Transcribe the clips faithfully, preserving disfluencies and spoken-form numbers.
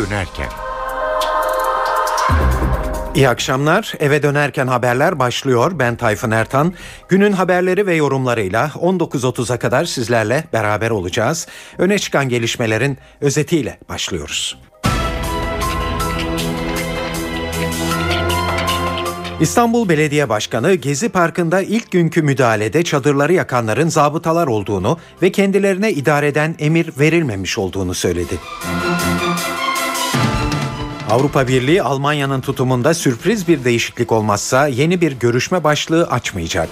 dönerken. İyi akşamlar. Eve dönerken haberler başlıyor. Ben Tayfun Ertan. Günün haberleri ve yorumlarıyla on dokuz otuza kadar sizlerle beraber olacağız. Öne çıkan gelişmelerin özetiyle başlıyoruz. İstanbul Belediye Başkanı Gezi Parkı'nda ilk günkü müdahalede çadırları yakanların zabıtalar olduğunu ve kendilerine idareden emir verilmemiş olduğunu söyledi. Avrupa Birliği Almanya'nın tutumunda sürpriz bir değişiklik olmazsa yeni bir görüşme başlığı açmayacak.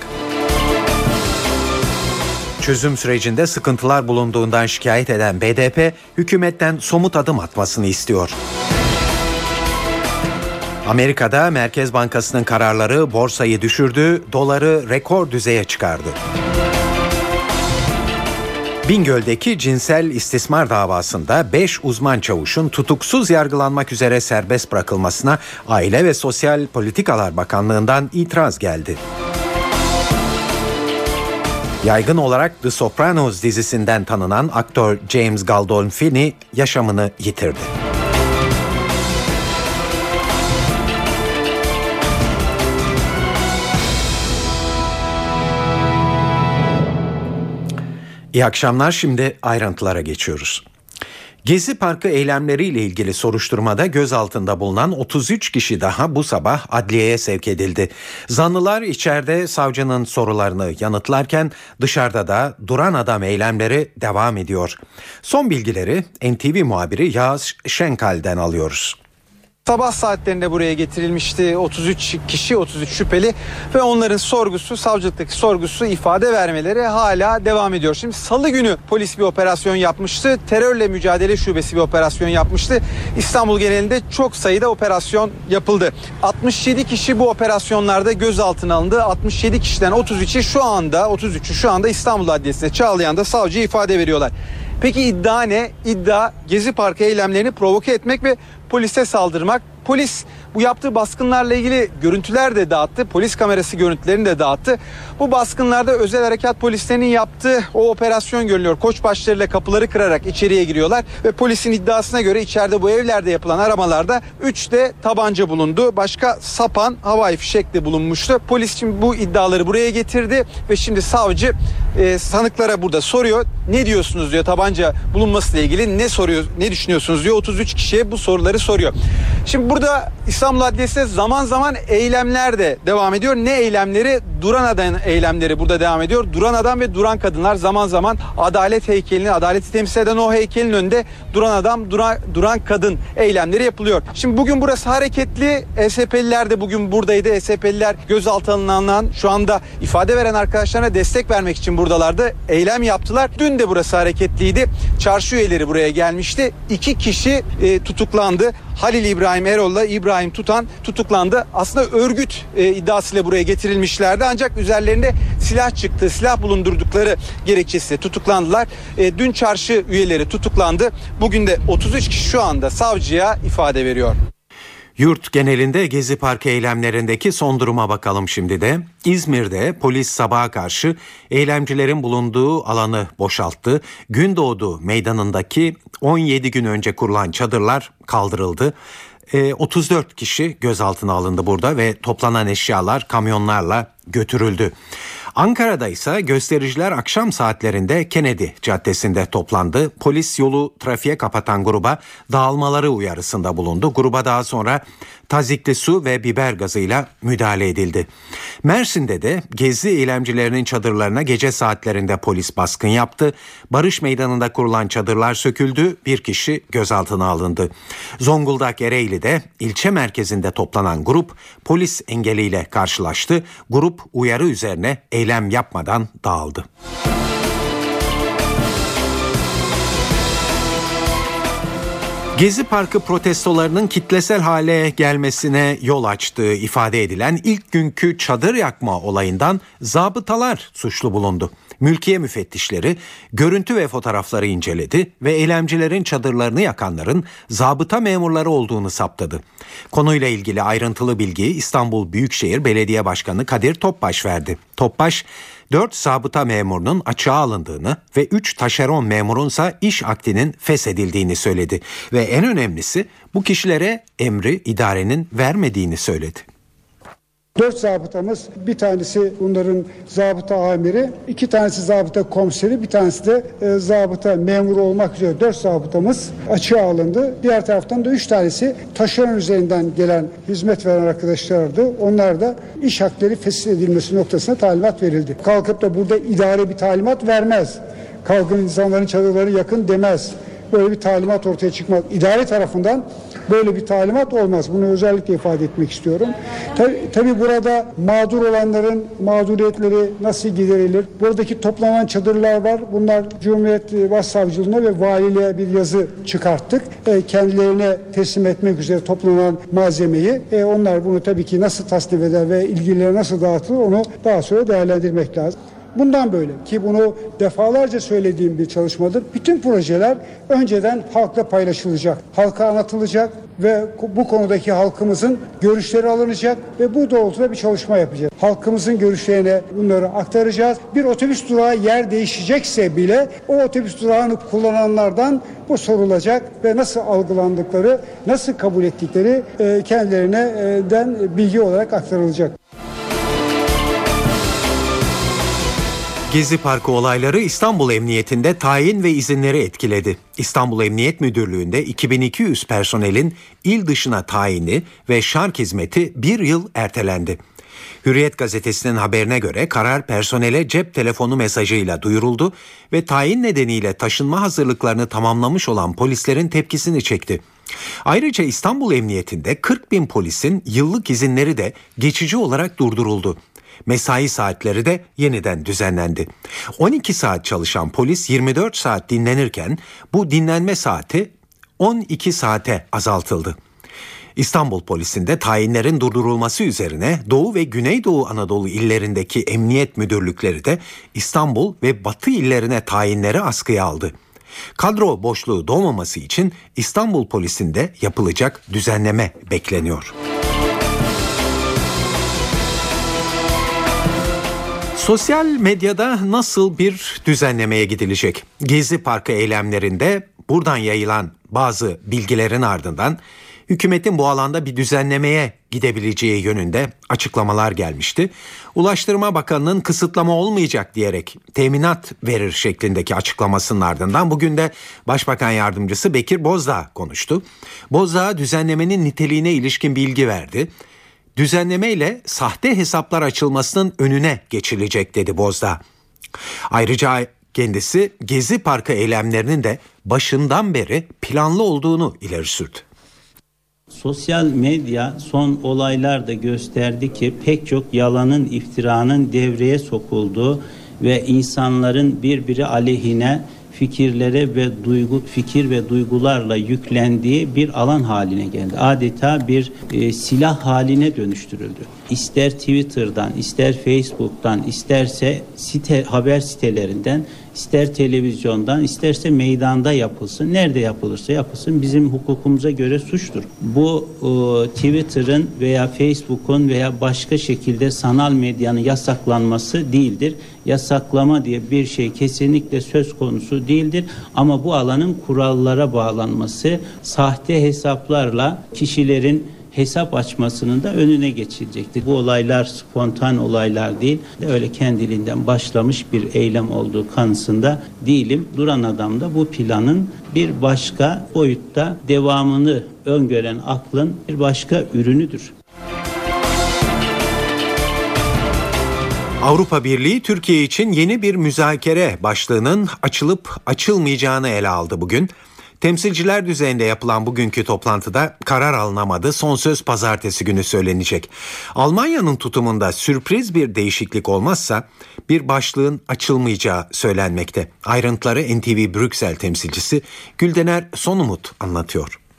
Çözüm sürecinde sıkıntılar bulunduğundan şikayet eden B D P, hükümetten somut adım atmasını istiyor. Amerika'da Merkez Bankası'nın kararları borsayı düşürdü, doları rekor düzeye çıkardı. Bingöl'deki cinsel istismar davasında beş uzman çavuşun tutuksuz yargılanmak üzere serbest bırakılmasına Aile ve Sosyal Politikalar Bakanlığı'ndan itiraz geldi. Yaygın olarak The Sopranos dizisinden tanınan aktör James Gandolfini yaşamını yitirdi. İyi akşamlar, şimdi ayrıntılara geçiyoruz. Gezi Parkı eylemleriyle ilgili soruşturmada gözaltında bulunan otuz üç kişi daha bu sabah adliyeye sevk edildi. Zanlılar içeride savcının sorularını yanıtlarken dışarıda da duran adam eylemleri devam ediyor. Son bilgileri N T V muhabiri Yağız Şenkal'den alıyoruz. Sabah saatlerinde buraya getirilmişti otuz üç kişi, otuz üç şüpheli ve onların sorgusu, savcılıktaki sorgusu, ifade vermeleri hala devam ediyor. Şimdi salı günü polis bir operasyon yapmıştı. Terörle mücadele şubesi bir operasyon yapmıştı. İstanbul genelinde çok sayıda operasyon yapıldı. altmış yedi kişi bu operasyonlarda gözaltına alındı. altmış yedi kişiden otuz üçü şu anda, otuz üçü şu anda İstanbul Adliyesi'nde, Çağlayan'da savcıya ifade veriyorlar. Peki iddia ne? İddia Gezi Parkı eylemlerini provoke etmek ve polise saldırmak. Polis bu yaptığı baskınlarla ilgili görüntüler de dağıttı. Polis kamerası görüntülerini de dağıttı. Bu baskınlarda özel harekat polislerinin yaptığı o operasyon görülüyor. Koçbaşlarıyla kapıları kırarak içeriye giriyorlar ve polisin iddiasına göre içeride bu evlerde yapılan aramalarda üç de tabanca bulundu. Başka sapan, havai fişek de bulunmuştu. Polis şimdi bu iddiaları buraya getirdi ve şimdi savcı e, sanıklara burada soruyor. Ne diyorsunuz diyor, tabanca bulunmasıyla ilgili ne soruyor, ne düşünüyorsunuz diyor. otuz üç kişiye bu soruları soruyor. Şimdi burada İstanbul Adliyesi'nde zaman zaman eylemler de devam ediyor. Ne eylemleri? Duran adam eylemleri burada devam ediyor. Duran adam ve duran kadınlar zaman zaman adalet heykelini, adaleti temsil eden o heykelin önünde duran adam, duran, duran kadın eylemleri yapılıyor. Şimdi bugün burası hareketli. H S P'liler de bugün buradaydı. H S P'liler gözaltına alınan, şu anda ifade veren arkadaşlarına destek vermek için buradalardı. Eylem yaptılar. Dün de burası hareketliydi. Çarşı üyeleri buraya gelmişti. İki kişi e, tutuklandı. Halil İbrahim Erol'la İbrahim Tutan tutuklandı. Aslında örgüt e, iddiasıyla buraya getirilmişlerdi. Ancak üzerlerinde silah çıktı, silah bulundurdukları gerekçesiyle tutuklandılar. E, dün çarşı üyeleri tutuklandı. Bugün de otuz üç kişi şu anda savcıya ifade veriyor. Yurt genelinde Gezi Parkı eylemlerindeki son duruma bakalım şimdi de. İzmir'de polis sabaha karşı eylemcilerin bulunduğu alanı boşalttı. Gündoğdu Meydanı'ndaki on yedi gün önce kurulan çadırlar kaldırıldı. E, otuz dört kişi gözaltına alındı burada ve toplanan eşyalar kamyonlarla götürüldü. Ankara'da ise göstericiler akşam saatlerinde Kennedy Caddesi'nde toplandı. Polis yolu trafiğe kapatan gruba dağılmaları uyarısında bulundu. Gruba daha sonra tazikli su ve biber gazıyla müdahale edildi. Mersin'de de Gezi eylemcilerinin çadırlarına gece saatlerinde polis baskın yaptı. Barış Meydanı'nda kurulan çadırlar söküldü. Bir kişi gözaltına alındı. Zonguldak Ereğli'de ilçe merkezinde toplanan grup polis engeliyle karşılaştı. Grup uyarı üzerine eylem yapmadan dağıldı. Gezi Parkı protestolarının kitlesel hale gelmesine yol açtığı ifade edilen ilk günkü çadır yakma olayından zabıtalar suçlu bulundu. Mülkiye müfettişleri görüntü ve fotoğrafları inceledi ve eylemcilerin çadırlarını yakanların zabıta memurları olduğunu saptadı. Konuyla ilgili ayrıntılı bilgiyi İstanbul Büyükşehir Belediye Başkanı Kadir Topbaş verdi. Topbaş, dört zabıta memurunun açığa alındığını ve üç taşeron memurunsa iş akdinin feshedildiğini söyledi. Ve en önemlisi bu kişilere emri idarenin vermediğini söyledi. Dört zabıtamız, bir tanesi bunların zabıta amiri, iki tanesi zabıta komiseri, bir tanesi de e, zabıta memuru olmak üzere dört zabıtamız açığa alındı. Diğer taraftan da üç tanesi taşeron üzerinden gelen hizmet veren arkadaşlardı. Onlar da iş hakları feshedilmesi noktasına talimat verildi. Kalkıp da burada idare bir talimat vermez. Kalkın insanların çadırları yakın demez. Böyle bir talimat ortaya çıkmaz. İdare tarafından böyle bir talimat olmaz. Bunu özellikle ifade etmek istiyorum. Tabii, tabii burada mağdur olanların mağduriyetleri nasıl giderilir? Buradaki toplanan çadırlar var. Bunlar Cumhuriyet Başsavcılığına ve valiliğe bir yazı çıkarttık. E, kendilerine teslim etmek üzere toplanan malzemeyi. E, onlar bunu tabii ki nasıl tasnif eder ve ilgililere nasıl dağıtılır onu daha sonra değerlendirmek lazım. Bundan böyle ki bunu defalarca söylediğim bir çalışmadır. Bütün projeler önceden halkla paylaşılacak, halka anlatılacak ve bu konudaki halkımızın görüşleri alınacak ve bu doğrultuda bir çalışma yapacağız. Halkımızın görüşlerine bunları aktaracağız. Bir otobüs durağı yer değişecekse bile o otobüs durağını kullananlardan bu sorulacak ve nasıl algılandıkları, nasıl kabul ettikleri kendilerinden bilgi olarak aktarılacak. Gezi Parkı olayları İstanbul Emniyetinde tayin ve izinleri etkiledi. İstanbul Emniyet Müdürlüğü'nde iki bin iki yüz personelin il dışına tayini ve şark hizmeti bir yıl ertelendi. Hürriyet gazetesinin haberine göre karar personele cep telefonu mesajıyla duyuruldu ve tayin nedeniyle taşınma hazırlıklarını tamamlamış olan polislerin tepkisini çekti. Ayrıca İstanbul Emniyetinde kırk bin polisin yıllık izinleri de geçici olarak durduruldu. Mesai saatleri de yeniden düzenlendi. on iki saat çalışan polis yirmi dört saat dinlenirken bu dinlenme saati on iki saate azaltıldı. İstanbul Polisi'nde tayinlerin durdurulması üzerine Doğu ve Güneydoğu Anadolu illerindeki emniyet müdürlükleri de İstanbul ve Batı illerine tayinleri askıya aldı. Kadro boşluğu doğmaması için İstanbul Polisi'nde yapılacak düzenleme bekleniyor. Sosyal medyada nasıl bir düzenlemeye gidilecek? Gezi Parkı eylemlerinde buradan yayılan bazı bilgilerin ardından hükümetin bu alanda bir düzenlemeye gidebileceği yönünde açıklamalar gelmişti. Ulaştırma Bakanı'nın kısıtlama olmayacak diyerek teminat verir şeklindeki açıklamasının ardından bugün de Başbakan Yardımcısı Bekir Bozdağ konuştu. Bozdağ düzenlemenin niteliğine ilişkin bilgi verdi. Düzenleme ile sahte hesaplar açılmasının önüne geçilecek dedi Bozdağ. Ayrıca kendisi Gezi Parkı eylemlerinin de başından beri planlı olduğunu ileri sürdü. Sosyal medya son olaylarda gösterdi ki pek çok yalanın, iftiranın devreye sokulduğu ve insanların birbiri aleyhine fikirlere ve duygu fikir ve duygularla yüklendiği bir alan haline geldi. Adeta bir e, silah haline dönüştürüldü. İster Twitter'dan, ister Facebook'tan, isterse site haber sitelerinden, ister televizyondan, isterse meydanda yapılsın. Nerede yapılırsa yapılsın bizim hukukumuza göre suçtur. Bu e, Twitter'ın veya Facebook'un veya başka şekilde sanal medyanın yasaklanması değildir. Yasaklama diye bir şey kesinlikle söz konusu değildir. Ama bu alanın kurallara bağlanması, sahte hesaplarla kişilerin hesap açmasının da önüne geçilecektir. Bu olaylar spontan olaylar değil, öyle kendiliğinden başlamış bir eylem olduğu kanısında değilim. Duran Adam da bu planın bir başka boyutta devamını öngören aklın bir başka ürünüdür. Avrupa Birliği Türkiye için yeni bir müzakere başlığının açılıp açılmayacağını ele aldı bugün. Temsilciler düzeyinde yapılan bugünkü toplantıda karar alınamadı. Son söz pazartesi günü söylenecek. Almanya'nın tutumunda sürpriz bir değişiklik olmazsa bir başlığın açılmayacağı söylenmekte. Ayrıntıları N T V Brüksel temsilcisi Güldener Sonumut anlatıyor.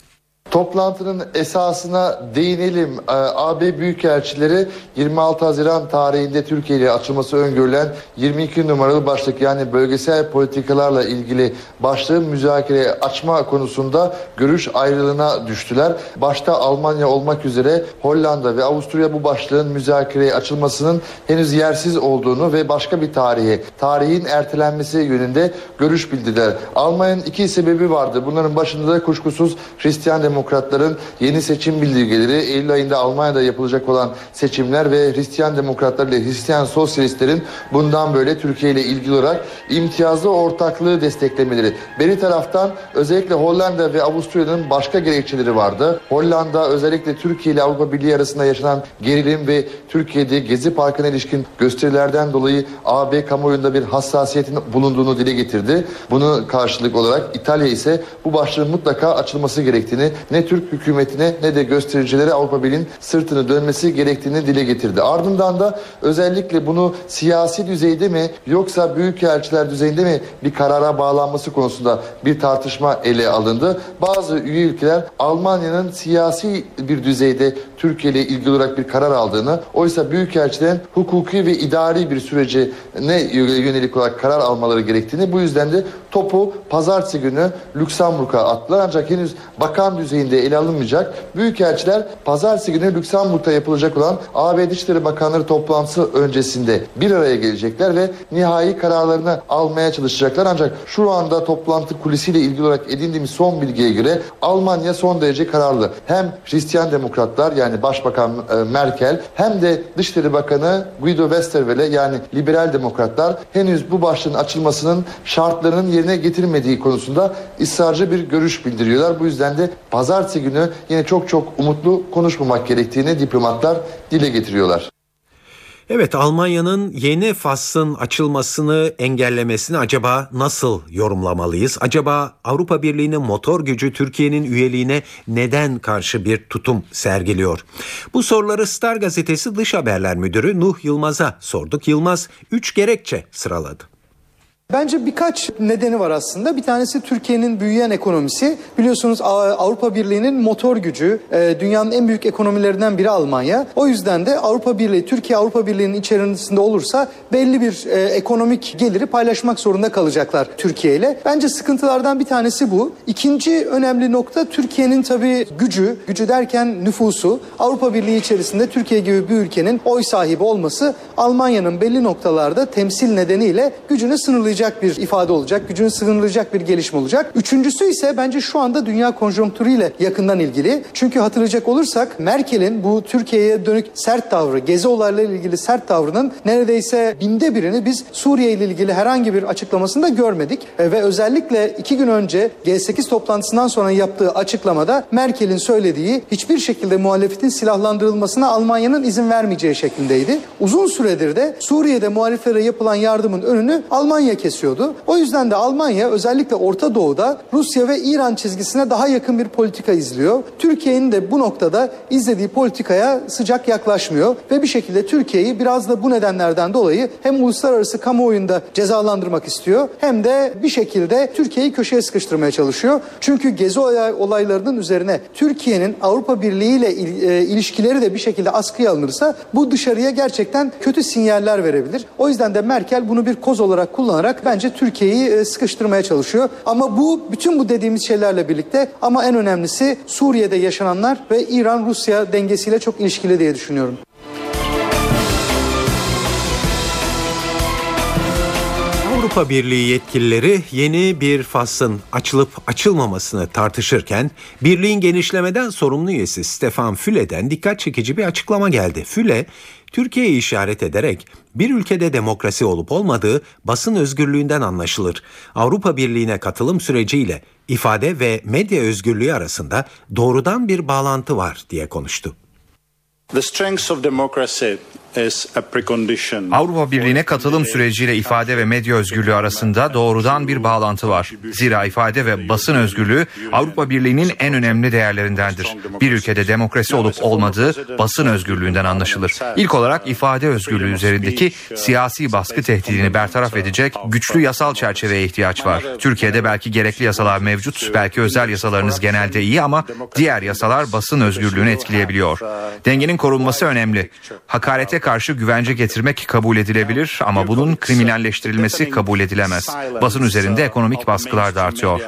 Toplantının esasına değinelim. A B Büyükelçileri yirmi altı Haziran tarihinde Türkiye ile açılması öngörülen yirmi iki numaralı başlık, yani bölgesel politikalarla ilgili başlığı müzakereye açma konusunda görüş ayrılığına düştüler. Başta Almanya olmak üzere Hollanda ve Avusturya bu başlığın müzakereye açılmasının henüz yersiz olduğunu ve başka bir tarihe, tarihin ertelenmesi yönünde görüş bildirdiler. Almanya'nın iki sebebi vardı. Bunların başında da kuşkusuz Hristiyan Demokratların yeni seçim bildirgeleri, Eylül ayında Almanya'da yapılacak olan seçimler ve Hristiyan Demokratlar ile Hristiyan Sosyalistlerin bundan böyle Türkiye ile ilgili olarak imtiyazlı ortaklığı desteklemeleri. Bir taraftan özellikle Hollanda ve Avusturya'nın başka gerekçeleri vardı. Hollanda özellikle Türkiye ile Avrupa Birliği arasında yaşanan gerilim ve Türkiye'de Gezi Parkı'na ilişkin gösterilerden dolayı A B kamuoyunda bir hassasiyetin bulunduğunu dile getirdi. Bunu karşılık olarak İtalya ise bu başlığın mutlaka açılması gerektiğini, ne Türk hükümetine ne de göstericilere Avrupa Birliği'nin sırtını dönmesi gerektiğini dile getirdi. Ardından da özellikle bunu siyasi düzeyde mi yoksa büyükelçiler düzeyinde mi bir karara bağlanması konusunda bir tartışma ele alındı. Bazı üye ülkeler Almanya'nın siyasi bir düzeyde Türkiye ile ilgili olarak bir karar aldığını, oysa büyükelçilerin hukuki ve idari bir sürece ne yönelik olarak karar almaları gerektiğini, bu yüzden de topu pazartesi günü Lüksemburg'a attılar. Ancak henüz bakan düzeyinde ele alınmayacak. Büyükelçiler pazartesi günü Lüksemburg'da yapılacak olan A B Dışişleri Bakanları toplantısı öncesinde bir araya gelecekler ve nihai kararlarını almaya çalışacaklar. Ancak şu anda toplantı kulisiyle ilgili olarak edindiğimiz son bilgiye göre Almanya son derece kararlı. Hem Hristiyan Demokratlar, yani Başbakan Merkel, hem de Dışişleri Bakanı Guido Westerwelle, yani Liberal Demokratlar henüz bu başlığın açılmasının şartlarının yerine getirilmediği konusunda ısrarcı bir görüş bildiriyorlar. Bu yüzden de pazartesi günü yine çok çok umutlu konuşmamak gerektiğini diplomatlar dile getiriyorlar. Evet, Almanya'nın yeni faslın açılmasını engellemesini acaba nasıl yorumlamalıyız? Acaba Avrupa Birliği'nin motor gücü Türkiye'nin üyeliğine neden karşı bir tutum sergiliyor? Bu soruları Star Gazetesi Dış Haberler Müdürü Nuh Yılmaz'a sorduk. Yılmaz üç gerekçe sıraladı. Bence birkaç nedeni var aslında. Bir tanesi Türkiye'nin büyüyen ekonomisi. Biliyorsunuz Avrupa Birliği'nin motor gücü, dünyanın en büyük ekonomilerinden biri Almanya. O yüzden de Avrupa Birliği, Türkiye Avrupa Birliği'nin içerisinde olursa belli bir ekonomik geliri paylaşmak zorunda kalacaklar Türkiye ile. Bence sıkıntılardan bir tanesi bu. İkinci önemli nokta Türkiye'nin tabii gücü, gücü derken nüfusu. Avrupa Birliği içerisinde Türkiye gibi bir ülkenin oy sahibi olması Almanya'nın belli noktalarda temsil nedeniyle gücünü sınırlayacak bir ifade olacak, gücünü sınırlayacak bir gelişme olacak. Üçüncüsü ise bence şu anda dünya konjonktürüyle yakından ilgili. Çünkü hatırlayacak olursak Merkel'in bu Türkiye'ye dönük sert tavrı, Gezi olaylarıyla ilgili sert tavrının neredeyse binde birini biz Suriye ile ilgili herhangi bir açıklamasında görmedik. E, ve özellikle iki gün önce G sekiz toplantısından sonra yaptığı açıklamada Merkel'in söylediği hiçbir şekilde muhalefetin silahlandırılmasına Almanya'nın izin vermeyeceği şeklindeydi. Uzun süredir de Suriye'de muhaliflere yapılan yardımın önünü Almanya kesiyordu. O yüzden de Almanya özellikle Orta Doğu'da Rusya ve İran çizgisine daha yakın bir politika izliyor. Türkiye'nin de bu noktada izlediği politikaya sıcak yaklaşmıyor ve bir şekilde Türkiye'yi biraz da bu nedenlerden dolayı hem uluslararası kamuoyunda cezalandırmak istiyor hem de bir şekilde Türkiye'yi köşeye sıkıştırmaya çalışıyor. Çünkü Gezi olaylarının üzerine Türkiye'nin Avrupa Birliği ile ilişkileri de bir şekilde askıya alınırsa bu dışarıya gerçekten kötü sinyaller verebilir. O yüzden de Merkel bunu bir koz olarak kullanarak bence Türkiye'yi sıkıştırmaya çalışıyor. Ama bu bütün bu dediğimiz şeylerle birlikte ama en önemlisi Suriye'de yaşananlar ve İran-Rusya dengesiyle çok ilişkili diye düşünüyorum. Avrupa Birliği yetkilileri yeni bir faslın açılıp açılmamasını tartışırken birliğin genişlemeden sorumlu üyesi Stefan Fülle'den dikkat çekici bir açıklama geldi. Fülle, Türkiye'yi işaret ederek bir ülkede demokrasi olup olmadığı basın özgürlüğünden anlaşılır. Avrupa Birliği'ne katılım süreciyle ifade ve medya özgürlüğü arasında doğrudan bir bağlantı var diye konuştu. The strengths of democracy Avrupa Birliği'ne katılım süreciyle ifade ve medya özgürlüğü arasında doğrudan bir bağlantı var. Zira ifade ve basın özgürlüğü Avrupa Birliği'nin en önemli değerlerindendir. Bir ülkede demokrasi olup olmadığı basın özgürlüğünden anlaşılır. İlk olarak ifade özgürlüğü üzerindeki siyasi baskı tehdidini bertaraf edecek güçlü yasal çerçeveye ihtiyaç var. Türkiye'de belki gerekli yasalar mevcut, belki özel yasalarınız genelde iyi ama diğer yasalar basın özgürlüğünü etkileyebiliyor. Dengenin korunması önemli. Hakarete karşı güvence getirmek kabul edilebilir ama bunun kriminalleştirilmesi kabul edilemez. Basın üzerinde ekonomik baskılar da artıyor.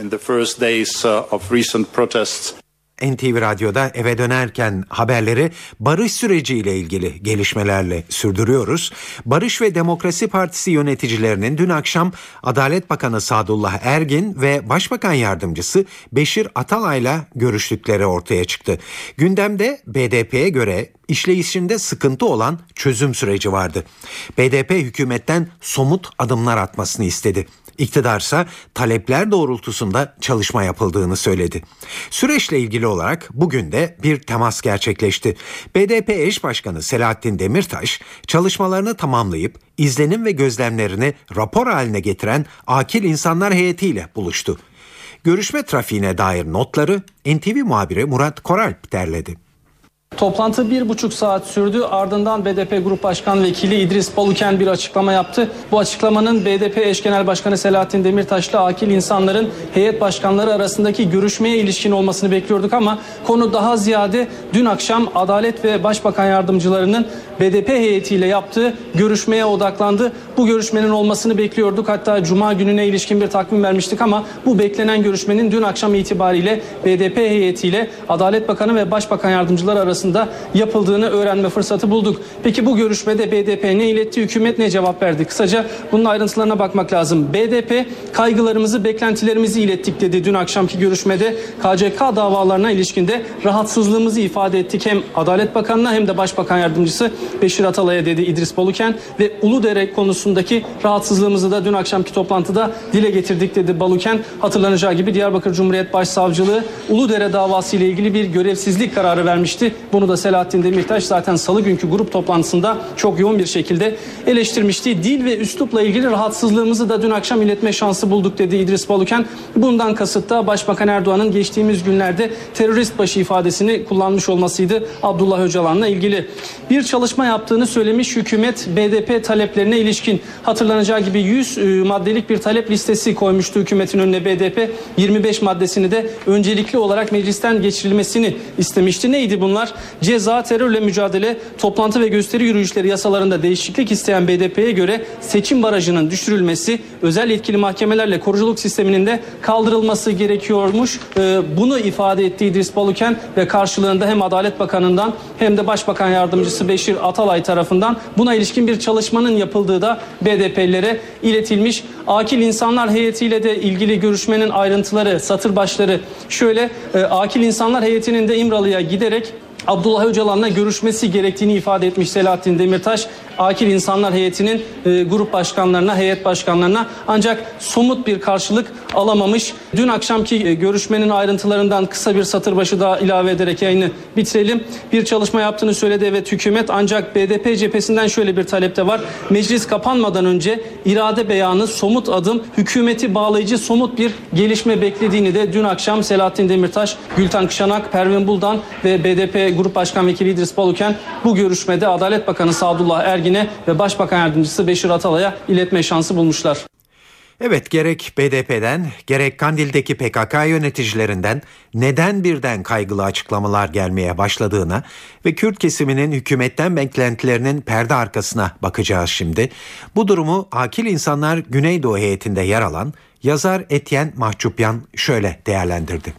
N T V Radyo'da eve dönerken haberleri barış süreciyle ilgili gelişmelerle sürdürüyoruz. Barış ve Demokrasi Partisi yöneticilerinin dün akşam Adalet Bakanı Sadullah Ergin ve Başbakan Yardımcısı Beşir Atalay'la görüştükleri ortaya çıktı. Gündemde B D P'ye göre işleyişinde sıkıntı olan çözüm süreci vardı. B D P hükümetten somut adımlar atmasını istedi. İktidarsa talepler doğrultusunda çalışma yapıldığını söyledi. Süreçle ilgili olarak bugün de bir temas gerçekleşti. B D P eş başkanı Selahattin Demirtaş çalışmalarını tamamlayıp izlenim ve gözlemlerini rapor haline getiren akil insanlar heyetiyle buluştu. Görüşme trafiğine dair notları N T V muhabiri Murat Koralp derledi. Toplantı bir buçuk saat sürdü. Ardından B D P Grup Başkan Vekili İdris Baluken bir açıklama yaptı. Bu açıklamanın B D P Eş Genel Başkanı Selahattin Demirtaş'la akil insanların heyet başkanları arasındaki görüşmeye ilişkin olmasını bekliyorduk ama konu daha ziyade dün akşam Adalet ve Başbakan Yardımcılarının B D P heyetiyle yaptığı görüşmeye odaklandı. Bu görüşmenin olmasını bekliyorduk. Hatta Cuma gününe ilişkin bir takvim vermiştik ama bu beklenen görüşmenin dün akşam itibariyle B D P heyetiyle Adalet Bakanı ve Başbakan Yardımcıları arasında yapıldığını öğrenme fırsatı bulduk. Peki bu görüşmede B D P ne iletti, hükümet ne cevap verdi? Kısaca bunun ayrıntılarına bakmak lazım. B D P kaygılarımızı, beklentilerimizi ilettik dedi dün akşamki görüşmede. K C K davalarına ilişkinde rahatsızlığımızı ifade ettik. Hem Adalet Bakanı'na hem de Başbakan Yardımcısı Beşir Atalay'a dedi İdris Baluken ve Uludere konusundaki rahatsızlığımızı da dün akşamki toplantıda dile getirdik dedi Baluken. Hatırlanacağı gibi Diyarbakır Cumhuriyet Başsavcılığı Uludere davası ile ilgili bir görevsizlik kararı vermişti. Bunu da Selahattin Demirtaş zaten salı günkü grup toplantısında çok yoğun bir şekilde eleştirmişti. Dil ve üslupla ilgili rahatsızlığımızı da dün akşam iletme şansı bulduk dedi İdris Baluken. Bundan kasıt da Başbakan Erdoğan'ın geçtiğimiz günlerde terörist başı ifadesini kullanmış olmasıydı Abdullah Öcalan'la ilgili. Bir çalışma yaptığını söylemiş hükümet B D P taleplerine ilişkin. Hatırlanacağı gibi yüz maddelik bir talep listesi koymuştu hükümetin önüne B D P. yirmi beş maddesini de öncelikli olarak meclisten geçirilmesini istemişti. Neydi bunlar? Ceza, terörle mücadele, toplantı ve gösteri yürüyüşleri yasalarında değişiklik isteyen B D P'ye göre seçim barajının düşürülmesi, özel yetkili mahkemelerle koruculuk sisteminin de kaldırılması gerekiyormuş. Bunu ifade etti İdris Baluken ve karşılığında hem Adalet Bakanı'ndan hem de Başbakan Yardımcısı Beşir Atalay tarafından buna ilişkin bir çalışmanın yapıldığı da B D P'lilere iletilmiş. Akil İnsanlar Heyetiyle de ilgili görüşmenin ayrıntıları, satır başları şöyle. Akil İnsanlar Heyeti'nin de İmralı'ya giderek Abdullah Öcalan'la görüşmesi gerektiğini ifade etmiş Selahattin Demirtaş. Akil İnsanlar Heyeti'nin e, grup başkanlarına, heyet başkanlarına ancak somut bir karşılık alamamış. Dün akşamki e, görüşmenin ayrıntılarından kısa bir satır başı daha ilave ederek yayını bitirelim. Bir çalışma yaptığını söyledi evet hükümet ancak B D P cephesinden şöyle bir talep de var. Meclis kapanmadan önce irade beyanı, somut adım, hükümeti bağlayıcı somut bir gelişme beklediğini de dün akşam Selahattin Demirtaş, Gülten Kışanak, Pervin Buldan ve B D P Grup Başkan Vekili İdris Baluken bu görüşmede Adalet Bakanı Sadullah Ergin'e ve Başbakan Yardımcısı Beşir Atalay'a iletme şansı bulmuşlar. Evet, gerek B D P'den gerek Kandil'deki P K K yöneticilerinden neden birden kaygılı açıklamalar gelmeye başladığına ve Kürt kesiminin hükümetten beklentilerinin perde arkasına bakacağız şimdi. Bu durumu Akil İnsanlar Güneydoğu heyetinde yer alan yazar Etyen Mahçupyan şöyle değerlendirdi.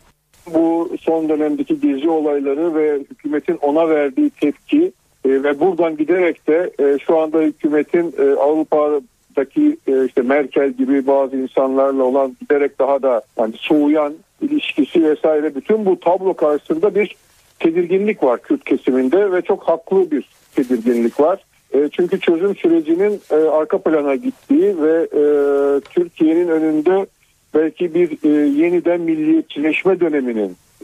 Bu son dönemdeki gezi olayları ve hükümetin ona verdiği tepki e, ve buradan giderek de e, şu anda hükümetin e, Avrupa'daki e, işte Merkel gibi bazı insanlarla olan giderek daha da yani soğuyan ilişkisi vesaire, bütün bu tablo karşısında bir tedirginlik var Kürt kesiminde ve çok haklı bir tedirginlik var. E, çünkü çözüm sürecinin e, arka plana gittiği ve e, Türkiye'nin önünde belki bir e, yeniden milliyetçileşme döneminin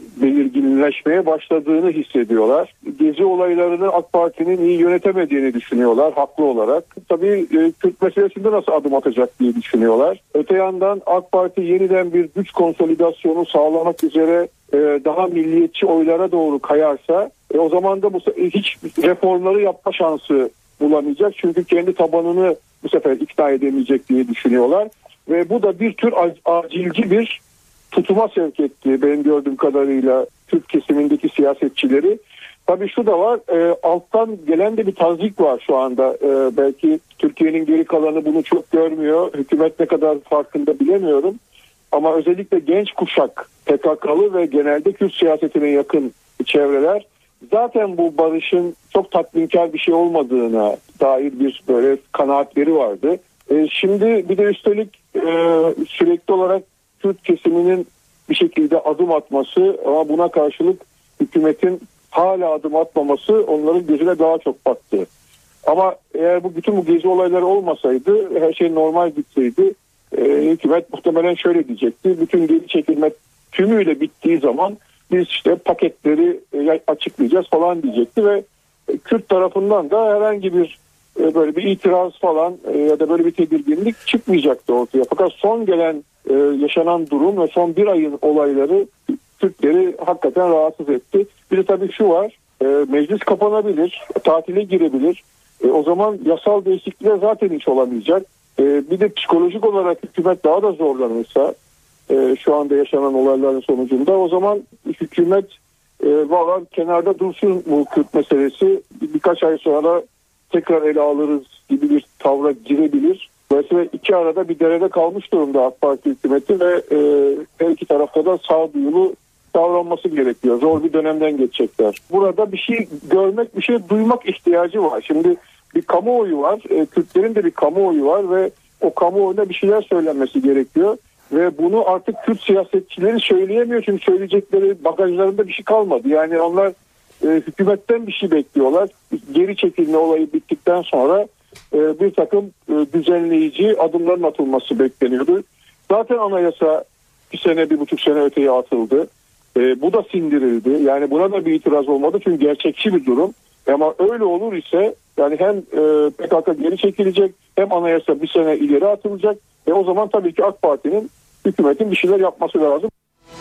belirginleşmeye başladığını hissediyorlar. Gezi olaylarını AK Parti'nin iyi yönetemediğini düşünüyorlar haklı olarak. Tabii e, Kürt meselesinde nasıl adım atacak diye düşünüyorlar. Öte yandan AK Parti yeniden bir güç konsolidasyonu sağlamak üzere e, daha milliyetçi oylara doğru kayarsa e, o zaman da bu hiç reformları yapma şansı bulamayacak. Çünkü kendi tabanını bu sefer ikna edemeyecek diye düşünüyorlar. Ve bu da bir tür acilci bir tutuma sevk etti benim gördüğüm kadarıyla Türk kesimindeki siyasetçileri. Tabii şu da var, e, alttan gelen de bir tazyik var şu anda. E, belki Türkiye'nin geri kalanı bunu çok görmüyor. Hükümet ne kadar farkında bilemiyorum. Ama özellikle genç kuşak P K K'lı ve genelde Kürt siyasetine yakın çevreler zaten bu barışın çok tatminkar bir şey olmadığına dair bir böyle kanaatleri vardı. E, şimdi bir de üstelik e, sürekli olarak Kürt kesiminin bir şekilde adım atması ama buna karşılık hükümetin hala adım atmaması onların gözüne daha çok battı. Ama eğer bu bütün bu gezi olayları olmasaydı, her şey normal gitseydi, e, hükümet muhtemelen şöyle diyecekti: bütün geri çekilme tümüyle bittiği zaman biz işte paketleri e, açıklayacağız falan diyecekti ve e, Kürt tarafından da herhangi bir e, böyle bir itiraz falan e, ya da böyle bir tedirginlik çıkmayacaktı ortaya. Fakat son gelen e, yaşanan durum ve son bir ayın olayları Kürtleri hakikaten rahatsız etti. Bir de tabii şu var, e, meclis kapanabilir, tatile girebilir. E, o zaman yasal değişiklikler zaten hiç olamayacak. E, bir de psikolojik olarak hükümet daha da zorlanırsa e, şu anda yaşanan olayların sonucunda o zaman hükümet e, valla kenarda dursun bu Kürt meselesi. Bir, birkaç ay sonra tekrar ele alırız gibi bir tavra girebilir. Dolayısıyla iki arada bir derede kalmış durumda AK Parti hükümeti ve e, her iki tarafta da sağduyulu davranması gerekiyor. Zor bir dönemden geçecekler. Burada bir şey görmek, bir şey duymak ihtiyacı var. Şimdi bir kamuoyu var. E, Kürtlerin de bir kamuoyu var ve o kamuoyuna bir şeyler söylenmesi gerekiyor. Ve bunu artık Kürt siyasetçileri söyleyemiyor. Çünkü söyleyecekleri bagajlarında bir şey kalmadı. Yani onlar e, hükümetten bir şey bekliyorlar. Geri çekilme olayı bittikten sonra e, bir takım e, düzenleyici adımların atılması bekleniyordu. Zaten anayasa bir sene, bir buçuk sene öteye atıldı. E, bu da sindirildi. Yani buna da bir itiraz olmadı. Çünkü gerçekçi bir durum. Ama öyle olur ise yani hem e, P K K geri çekilecek hem anayasa bir sene ileri atılacak. E o zaman tabii ki AK Parti'nin, hükümetin bir şeyler yapması lazım.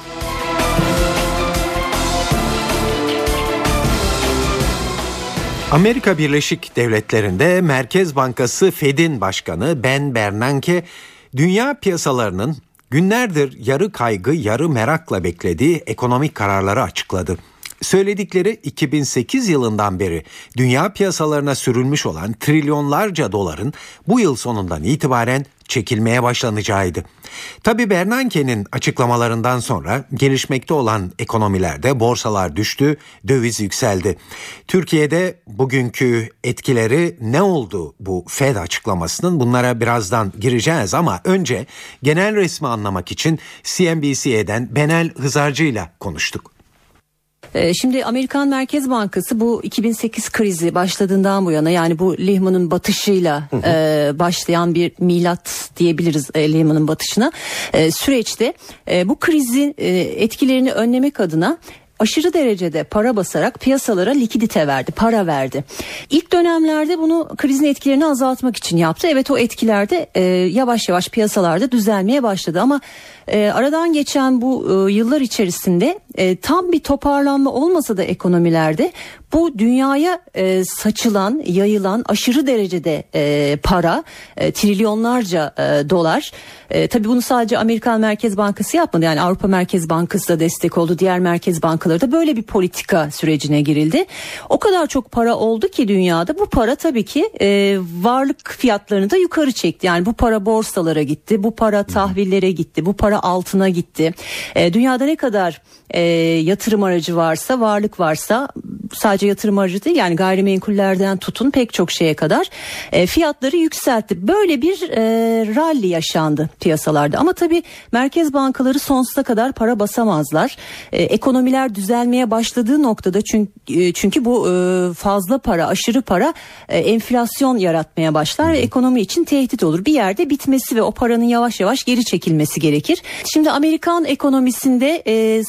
Amerika Birleşik Devletleri'nde Merkez Bankası Fed'in başkanı Ben Bernanke, dünya piyasalarının günlerdir yarı kaygı yarı merakla beklediği ekonomik kararları açıkladı. Söyledikleri iki bin sekiz yılından beri dünya piyasalarına sürülmüş olan trilyonlarca doların bu yıl sonundan itibaren çekilmeye başlanacağıydı. Tabii Bernanke'nin açıklamalarından sonra gelişmekte olan ekonomilerde borsalar düştü, döviz yükseldi. Türkiye'de bugünkü etkileri ne oldu bu Fed açıklamasının? Bunlara birazdan gireceğiz ama önce genel resmi anlamak için C N B C'den Benel Hızarcı'yla konuştuk. Şimdi Amerikan Merkez Bankası bu iki bin sekiz krizi başladığından bu yana, yani bu Lehman'ın batışıyla hı hı. E, başlayan bir milat diyebiliriz e, Lehman'ın batışına e, süreçte e, bu krizin e, etkilerini önlemek adına aşırı derecede para basarak piyasalara likidite verdi, para verdi. İlk dönemlerde bunu krizin etkilerini azaltmak için yaptı. Evet, o etkilerde e, yavaş yavaş piyasalarda düzelmeye başladı ama e, aradan geçen bu e, yıllar içerisinde e, tam bir toparlanma olmasa da ekonomilerde bu dünyaya e, saçılan, yayılan aşırı derecede e, para, e, trilyonlarca e, dolar. E, tabii bunu sadece Amerikan Merkez Bankası yapmadı. Yani Avrupa Merkez Bankası da destek oldu. Diğer merkez bankaları da böyle bir politika sürecine girildi. O kadar çok para oldu ki dünyada, bu para tabii ki e, varlık fiyatlarını da yukarı çekti. Yani bu para borsalara gitti, bu para tahvillere gitti, bu para altına gitti. E, dünyada ne kadar e, yatırım aracı varsa, varlık varsa, sadece yatırım aracı değil, yani gayrimenkullerden tutun pek çok şeye kadar e, fiyatları yükseltti. Böyle bir e, rally yaşandı piyasalarda. Ama tabii merkez bankaları sonsuza kadar para basamazlar. E, ekonomiler düzelmeye başladığı noktada çünkü e, çünkü bu e, fazla para, aşırı para e, enflasyon yaratmaya başlar ve ekonomi için tehdit olur. Bir yerde bitmesi ve o paranın yavaş yavaş geri çekilmesi gerekir. Şimdi Amerikan ekonomisinde e, son dönem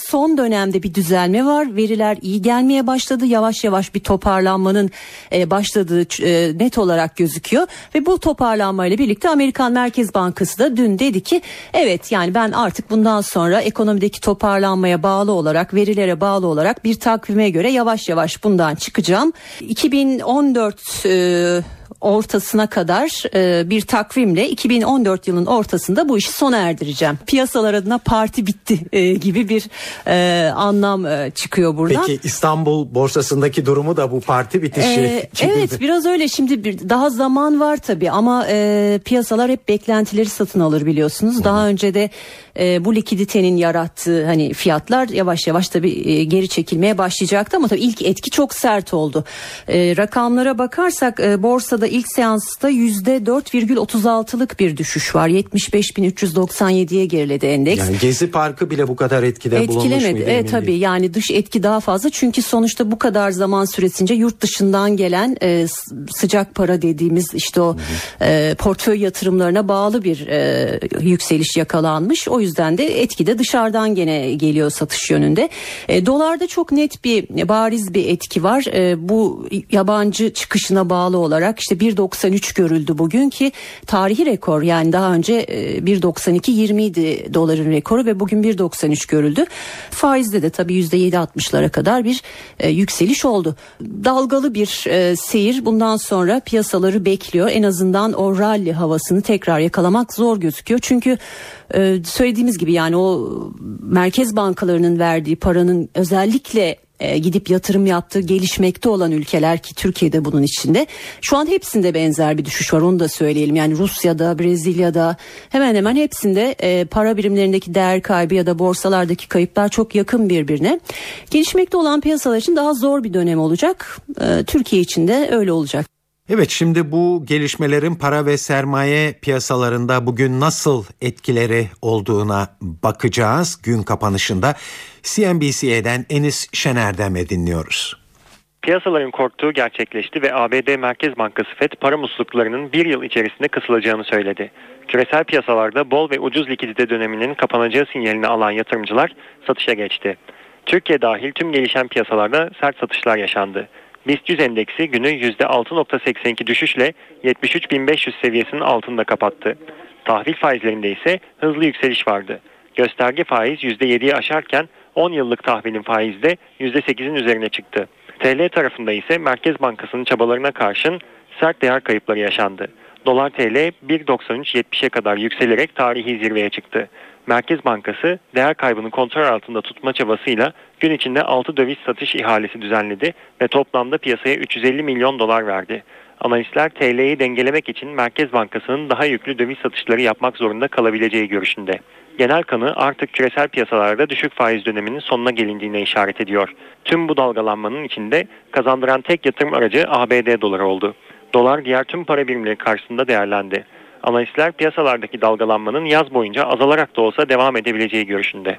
dönemde bir düzelme var. Veriler iyi gelmeye başladı. Yavaş yavaş bir toparlanmanın e, başladığı e, net olarak gözüküyor. Ve bu toparlanmayla birlikte Amerikan Merkez Bankası da dün dedi ki evet, yani ben artık bundan sonra ekonomideki toparlanmaya bağlı olarak, verilere bağlı olarak bir takvime göre yavaş yavaş bundan çıkacağım. iki bin on dört e, ortasına kadar e, bir takvimle iki bin on dört yılın ortasında bu işi sona erdireceğim. Piyasalar adına parti bitti e, gibi bir e, anlam e, çıkıyor buradan. Peki İstanbul borsasındaki durumu da bu parti bitişi ee, gibi. Evet, biraz öyle. Şimdi bir, daha zaman var tabii ama e, piyasalar hep beklentileri satın alır biliyorsunuz. Hı. Daha önce de e, bu likiditenin yarattığı hani fiyatlar yavaş yavaş tabii e, geri çekilmeye başlayacaktı ama tabii ilk etki çok sert oldu. E, rakamlara bakarsak e, borsada ilk seansta yüzde dört virgül otuz altılık bir düşüş var. yetmiş beş bin üç yüz doksan yediye geriledi endeks. Yani Gezi Parkı bile bu kadar etkide bulunmuş muydu? Etkilemedi. E, tabii yani dış etki daha fazla. Çünkü sonuçta bu kadar zaman süresince yurt dışından gelen e, sıcak para dediğimiz işte o e, portföy yatırımlarına bağlı bir e, yükseliş yakalanmış. O yüzden de etki de dışarıdan gene geliyor satış yönünde. E, dolarda çok net bir bariz bir etki var. E, bu yabancı çıkışına bağlı olarak işte bir virgül doksan üç görüldü bugün ki tarihi rekor. Yani daha önce bir virgül doksan iki yirmi idi doların rekoru ve bugün bir virgül doksan üç görüldü. Faizde de tabii yüzde yedi altmışlara kadar bir e, yükseliş oldu. Dalgalı bir e, seyir bundan sonra piyasaları bekliyor. En azından o rally havasını tekrar yakalamak zor gözüküyor. Çünkü e, söylediğimiz gibi yani o merkez bankalarının verdiği paranın özellikle gidip yatırım yaptığı gelişmekte olan ülkeler ki Türkiye'de bunun içinde şu an hepsinde benzer bir düşüş var, onu da söyleyelim. Yani Rusya'da, Brezilya'da hemen hemen hepsinde e, para birimlerindeki değer kaybı ya da borsalardaki kayıplar çok yakın birbirine. Gelişmekte olan piyasalar için daha zor bir dönem olacak. E, Türkiye için de öyle olacak. Evet, şimdi bu gelişmelerin para ve sermaye piyasalarında bugün nasıl etkileri olduğuna bakacağız. Gün kapanışında C N B C'den Enis Şener'den dinliyoruz. Piyasaların korktuğu gerçekleşti ve A B D Merkez Bankası Fed para musluklarının bir yıl içerisinde kısılacağını söyledi. Küresel piyasalarda bol ve ucuz likidite döneminin kapanacağı sinyalini alan yatırımcılar satışa geçti. Türkiye dahil tüm gelişen piyasalarda sert satışlar yaşandı. BIST yüz endeksi günü yüzde altı virgül seksen iki düşüşle yetmiş üç bin beş yüz seviyesinin altında kapattı. Tahvil faizlerinde ise hızlı yükseliş vardı. Gösterge faiz yüzde yediyi aşarken on yıllık tahvilin faizi de yüzde sekizin üzerine çıktı. T L tarafında ise Merkez Bankası'nın çabalarına karşın sert değer kayıpları yaşandı. Dolar T L bir virgül doksan üç yetmişe kadar yükselerek tarihi zirveye çıktı. Merkez Bankası değer kaybını kontrol altında tutma çabasıyla gün içinde altı döviz satış ihalesi düzenledi ve toplamda piyasaya üç yüz elli milyon dolar verdi. Analistler T L'yi dengelemek için Merkez Bankası'nın daha yüklü döviz satışları yapmak zorunda kalabileceği görüşünde. Genel kanı artık küresel piyasalarda düşük faiz döneminin sonuna gelindiğine işaret ediyor. Tüm bu dalgalanmanın içinde kazandıran tek yatırım aracı A B D doları oldu. Dolar diğer tüm para birimleri karşısında değerlendi. Analistler piyasalardaki dalgalanmanın yaz boyunca azalarak da olsa devam edebileceği görüşünde.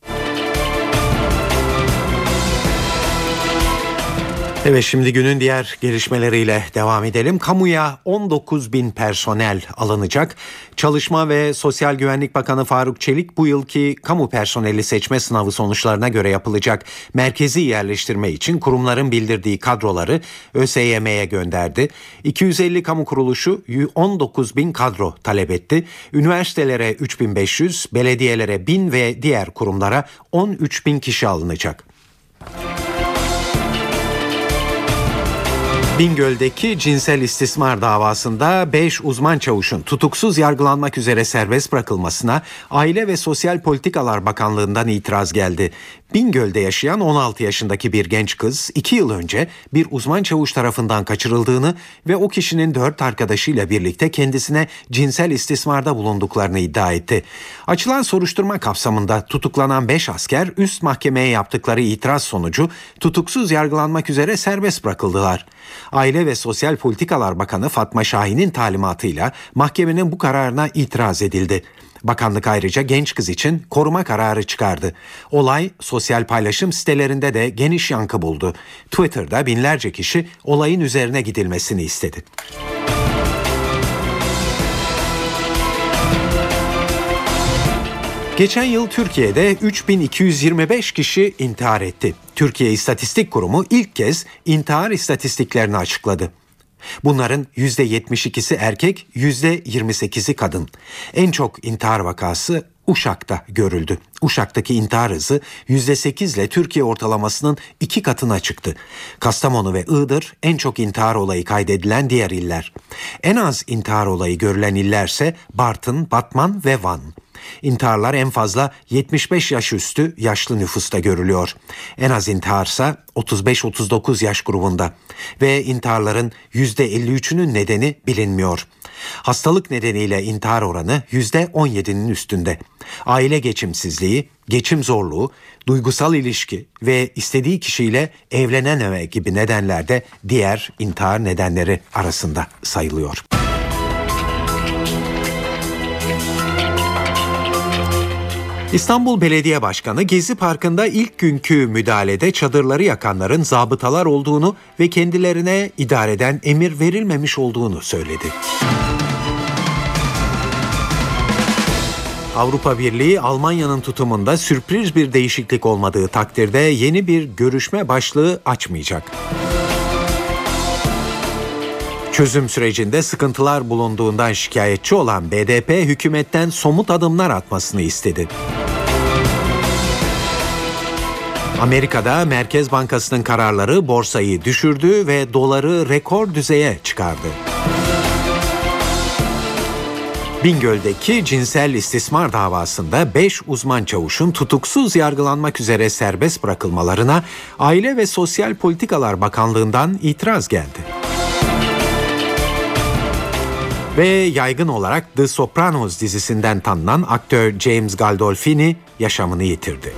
Evet, şimdi günün diğer gelişmeleriyle devam edelim. Kamuya on dokuz bin personel alınacak. Çalışma ve Sosyal Güvenlik Bakanı Faruk Çelik bu yılki kamu personeli seçme sınavı sonuçlarına göre yapılacak merkezi yerleştirme için kurumların bildirdiği kadroları ÖSYM'ye gönderdi. iki yüz elli kamu kuruluşu on dokuz bin kadro talep etti. Üniversitelere üç bin beş yüz, belediyelere bin ve diğer kurumlara on üç bin kişi alınacak. Bingöl'deki cinsel istismar davasında beş uzman çavuşun tutuksuz yargılanmak üzere serbest bırakılmasına Aile ve Sosyal Politikalar Bakanlığı'ndan itiraz geldi. Bingöl'de yaşayan on altı yaşındaki bir genç kız iki yıl önce bir uzman çavuş tarafından kaçırıldığını ve o kişinin dört arkadaşıyla birlikte kendisine cinsel istismarda bulunduklarını iddia etti. Açılan soruşturma kapsamında tutuklanan beş asker üst mahkemeye yaptıkları itiraz sonucu tutuksuz yargılanmak üzere serbest bırakıldılar. Aile ve Sosyal Politikalar Bakanı Fatma Şahin'in talimatıyla mahkemenin bu kararına itiraz edildi. Bakanlık ayrıca genç kız için koruma kararı çıkardı. Olay sosyal paylaşım sitelerinde de geniş yankı buldu. Twitter'da binlerce kişi olayın üzerine gidilmesini istedi. Geçen yıl Türkiye'de üç bin iki yüz yirmi beş kişi intihar etti. Türkiye İstatistik Kurumu ilk kez intihar istatistiklerini açıkladı. Bunların yüzde yetmiş ikisi erkek, yüzde yirmi sekizi kadın. En çok intihar vakası Uşak'ta görüldü. Uşak'taki intihar hızı yüzde sekiz ile Türkiye ortalamasının iki katına çıktı. Kastamonu ve Iğdır en çok intihar olayı kaydedilen diğer iller. En az intihar olayı görülen illerse Bartın, Batman ve Van. İntiharlar en fazla yetmiş beş yaş üstü yaşlı nüfusta görülüyor. En az intiharsa otuz beş otuz dokuz yaş grubunda ve intiharların yüzde elli üçünün nedeni bilinmiyor. Hastalık nedeniyle intihar oranı yüzde on yedinin üstünde. Aile geçimsizliği, geçim zorluğu, duygusal ilişki ve istediği kişiyle evlenememe gibi nedenler de diğer intihar nedenleri arasında sayılıyor. İstanbul Belediye Başkanı Gezi Parkı'nda ilk günkü müdahalede çadırları yakanların zabıtalar olduğunu ve kendilerine idareden emir verilmemiş olduğunu söyledi. Avrupa Birliği, Almanya'nın tutumunda sürpriz bir değişiklik olmadığı takdirde yeni bir görüşme başlığı açmayacak. Çözüm sürecinde sıkıntılar bulunduğundan şikayetçi olan B D P, hükümetten somut adımlar atmasını istedi. Amerika'da Merkez Bankası'nın kararları borsayı düşürdü ve doları rekor düzeye çıkardı. Bingöl'deki cinsel istismar davasında beş uzman çavuşun tutuksuz yargılanmak üzere serbest bırakılmalarına Aile ve Sosyal Politikalar Bakanlığı'ndan itiraz geldi. Ve yaygın olarak The Sopranos dizisinden tanınan aktör James Gandolfini yaşamını yitirdi.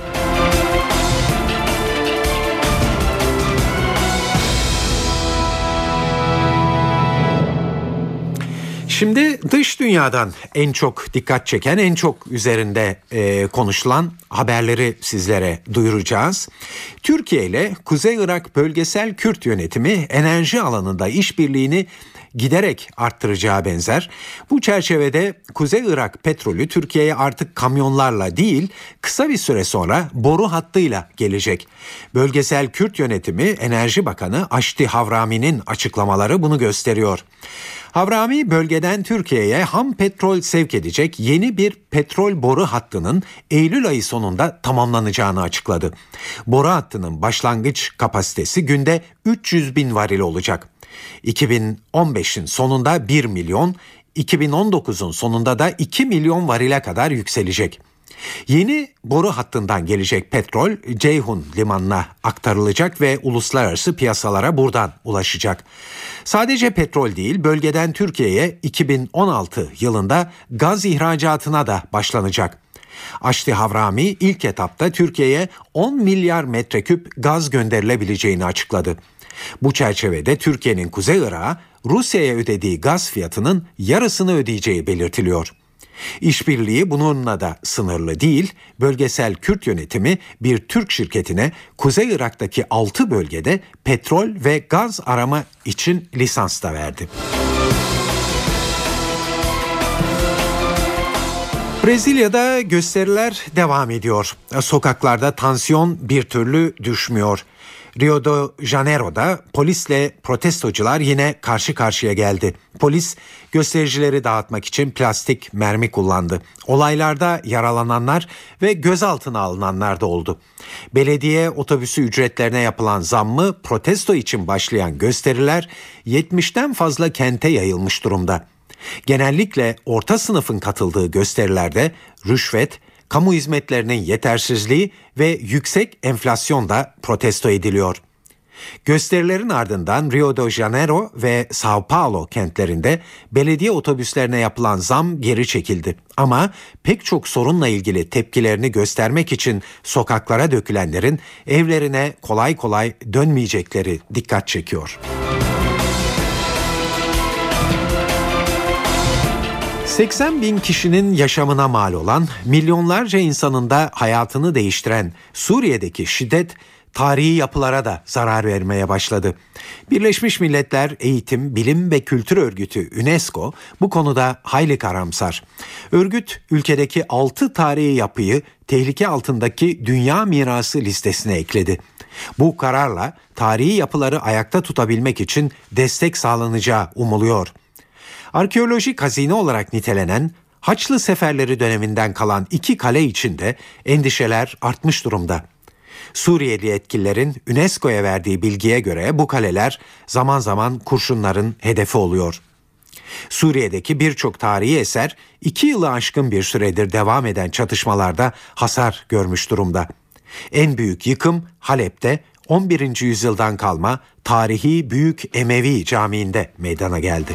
Şimdi dış dünyadan en çok dikkat çeken, en çok üzerinde e, konuşulan haberleri sizlere duyuracağız. Türkiye ile Kuzey Irak Bölgesel Kürt Yönetimi enerji alanında işbirliğini giderek arttıracağı benzer. Bu çerçevede Kuzey Irak petrolü Türkiye'ye artık kamyonlarla değil, kısa bir süre sonra boru hattıyla gelecek. Bölgesel Kürt Yönetimi Enerji Bakanı Aşti Havrami'nin açıklamaları bunu gösteriyor. Havrami, bölgeden Türkiye'ye ham petrol sevk edecek yeni bir petrol boru hattının Eylül ayı sonunda tamamlanacağını açıkladı. Boru hattının başlangıç kapasitesi günde üç yüz bin varil olacak. iki bin on beşin sonunda bir milyon, iki bin on dokuzun sonunda da iki milyon varile kadar yükselecek. Yeni boru hattından gelecek petrol Ceyhun limanına aktarılacak ve uluslararası piyasalara buradan ulaşacak. Sadece petrol değil, bölgeden Türkiye'ye iki bin on altı yılında gaz ihracatına da başlanacak. Aşti Havrami ilk etapta Türkiye'ye on milyar metreküp gaz gönderilebileceğini açıkladı. Bu çerçevede Türkiye'nin Kuzey Irak'a Rusya'ya ödediği gaz fiyatının yarısını ödeyeceği belirtiliyor. İşbirliği bununla da sınırlı değil, Bölgesel Kürt Yönetimi bir Türk şirketine Kuzey Irak'taki altı bölgede petrol ve gaz arama için lisans da verdi. Brezilya'da gösteriler devam ediyor. Sokaklarda tansiyon bir türlü düşmüyor. Rio de Janeiro'da polisle protestocular yine karşı karşıya geldi. Polis göstericileri dağıtmak için plastik mermi kullandı. Olaylarda yaralananlar ve gözaltına alınanlar da oldu. Belediye otobüsü ücretlerine yapılan zammı protesto için başlayan gösteriler yetmişten fazla kente yayılmış durumda. Genellikle orta sınıfın katıldığı gösterilerde rüşvet, kamu hizmetlerinin yetersizliği ve yüksek enflasyon da protesto ediliyor. Gösterilerin ardından Rio de Janeiro ve São Paulo kentlerinde belediye otobüslerine yapılan zam geri çekildi. Ama pek çok sorunla ilgili tepkilerini göstermek için sokaklara dökülenlerin evlerine kolay kolay dönmeyecekleri dikkat çekiyor. seksen bin kişinin yaşamına mal olan, milyonlarca insanın da hayatını değiştiren Suriye'deki şiddet tarihi yapılara da zarar vermeye başladı. Birleşmiş Milletler Eğitim, Bilim ve Kültür Örgütü UNESCO bu konuda hayli karamsar. Örgüt ülkedeki altı tarihi yapıyı tehlike altındaki dünya mirası listesine ekledi. Bu kararla tarihi yapıları ayakta tutabilmek için destek sağlanacağı umuluyor. Arkeolojik hazine olarak nitelenen Haçlı seferleri döneminden kalan iki kale için de endişeler artmış durumda. Suriyeli yetkililerin UNESCO'ya verdiği bilgiye göre bu kaleler zaman zaman kurşunların hedefi oluyor. Suriye'deki birçok tarihi eser iki yılı aşkın bir süredir devam eden çatışmalarda hasar görmüş durumda. En büyük yıkım Halep'te on birinci yüzyıldan kalma tarihi Büyük Emevi Camii'nde meydana geldi.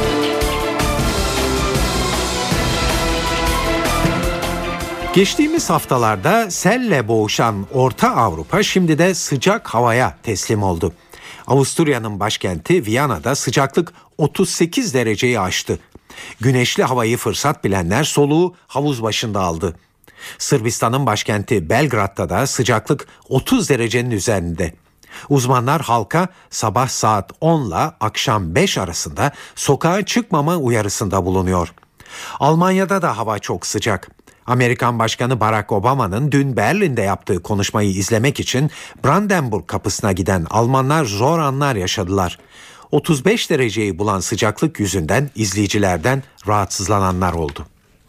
Geçtiğimiz haftalarda selle boğuşan Orta Avrupa şimdi de sıcak havaya teslim oldu. Avusturya'nın başkenti Viyana'da sıcaklık otuz sekiz dereceyi aştı. Güneşli havayı fırsat bilenler soluğu havuz başında aldı. Sırbistan'ın başkenti Belgrad'da da sıcaklık otuz derecenin üzerinde. Uzmanlar halka sabah saat on ile akşam beş arasında sokağa çıkmama uyarısında bulunuyor. Almanya'da da hava çok sıcak. Amerikan Başkanı Barack Obama'nın dün Berlin'de yaptığı konuşmayı izlemek için Brandenburg kapısına giden Almanlar zor anlar yaşadılar. otuz beş dereceyi bulan sıcaklık yüzünden izleyicilerden rahatsızlananlar oldu.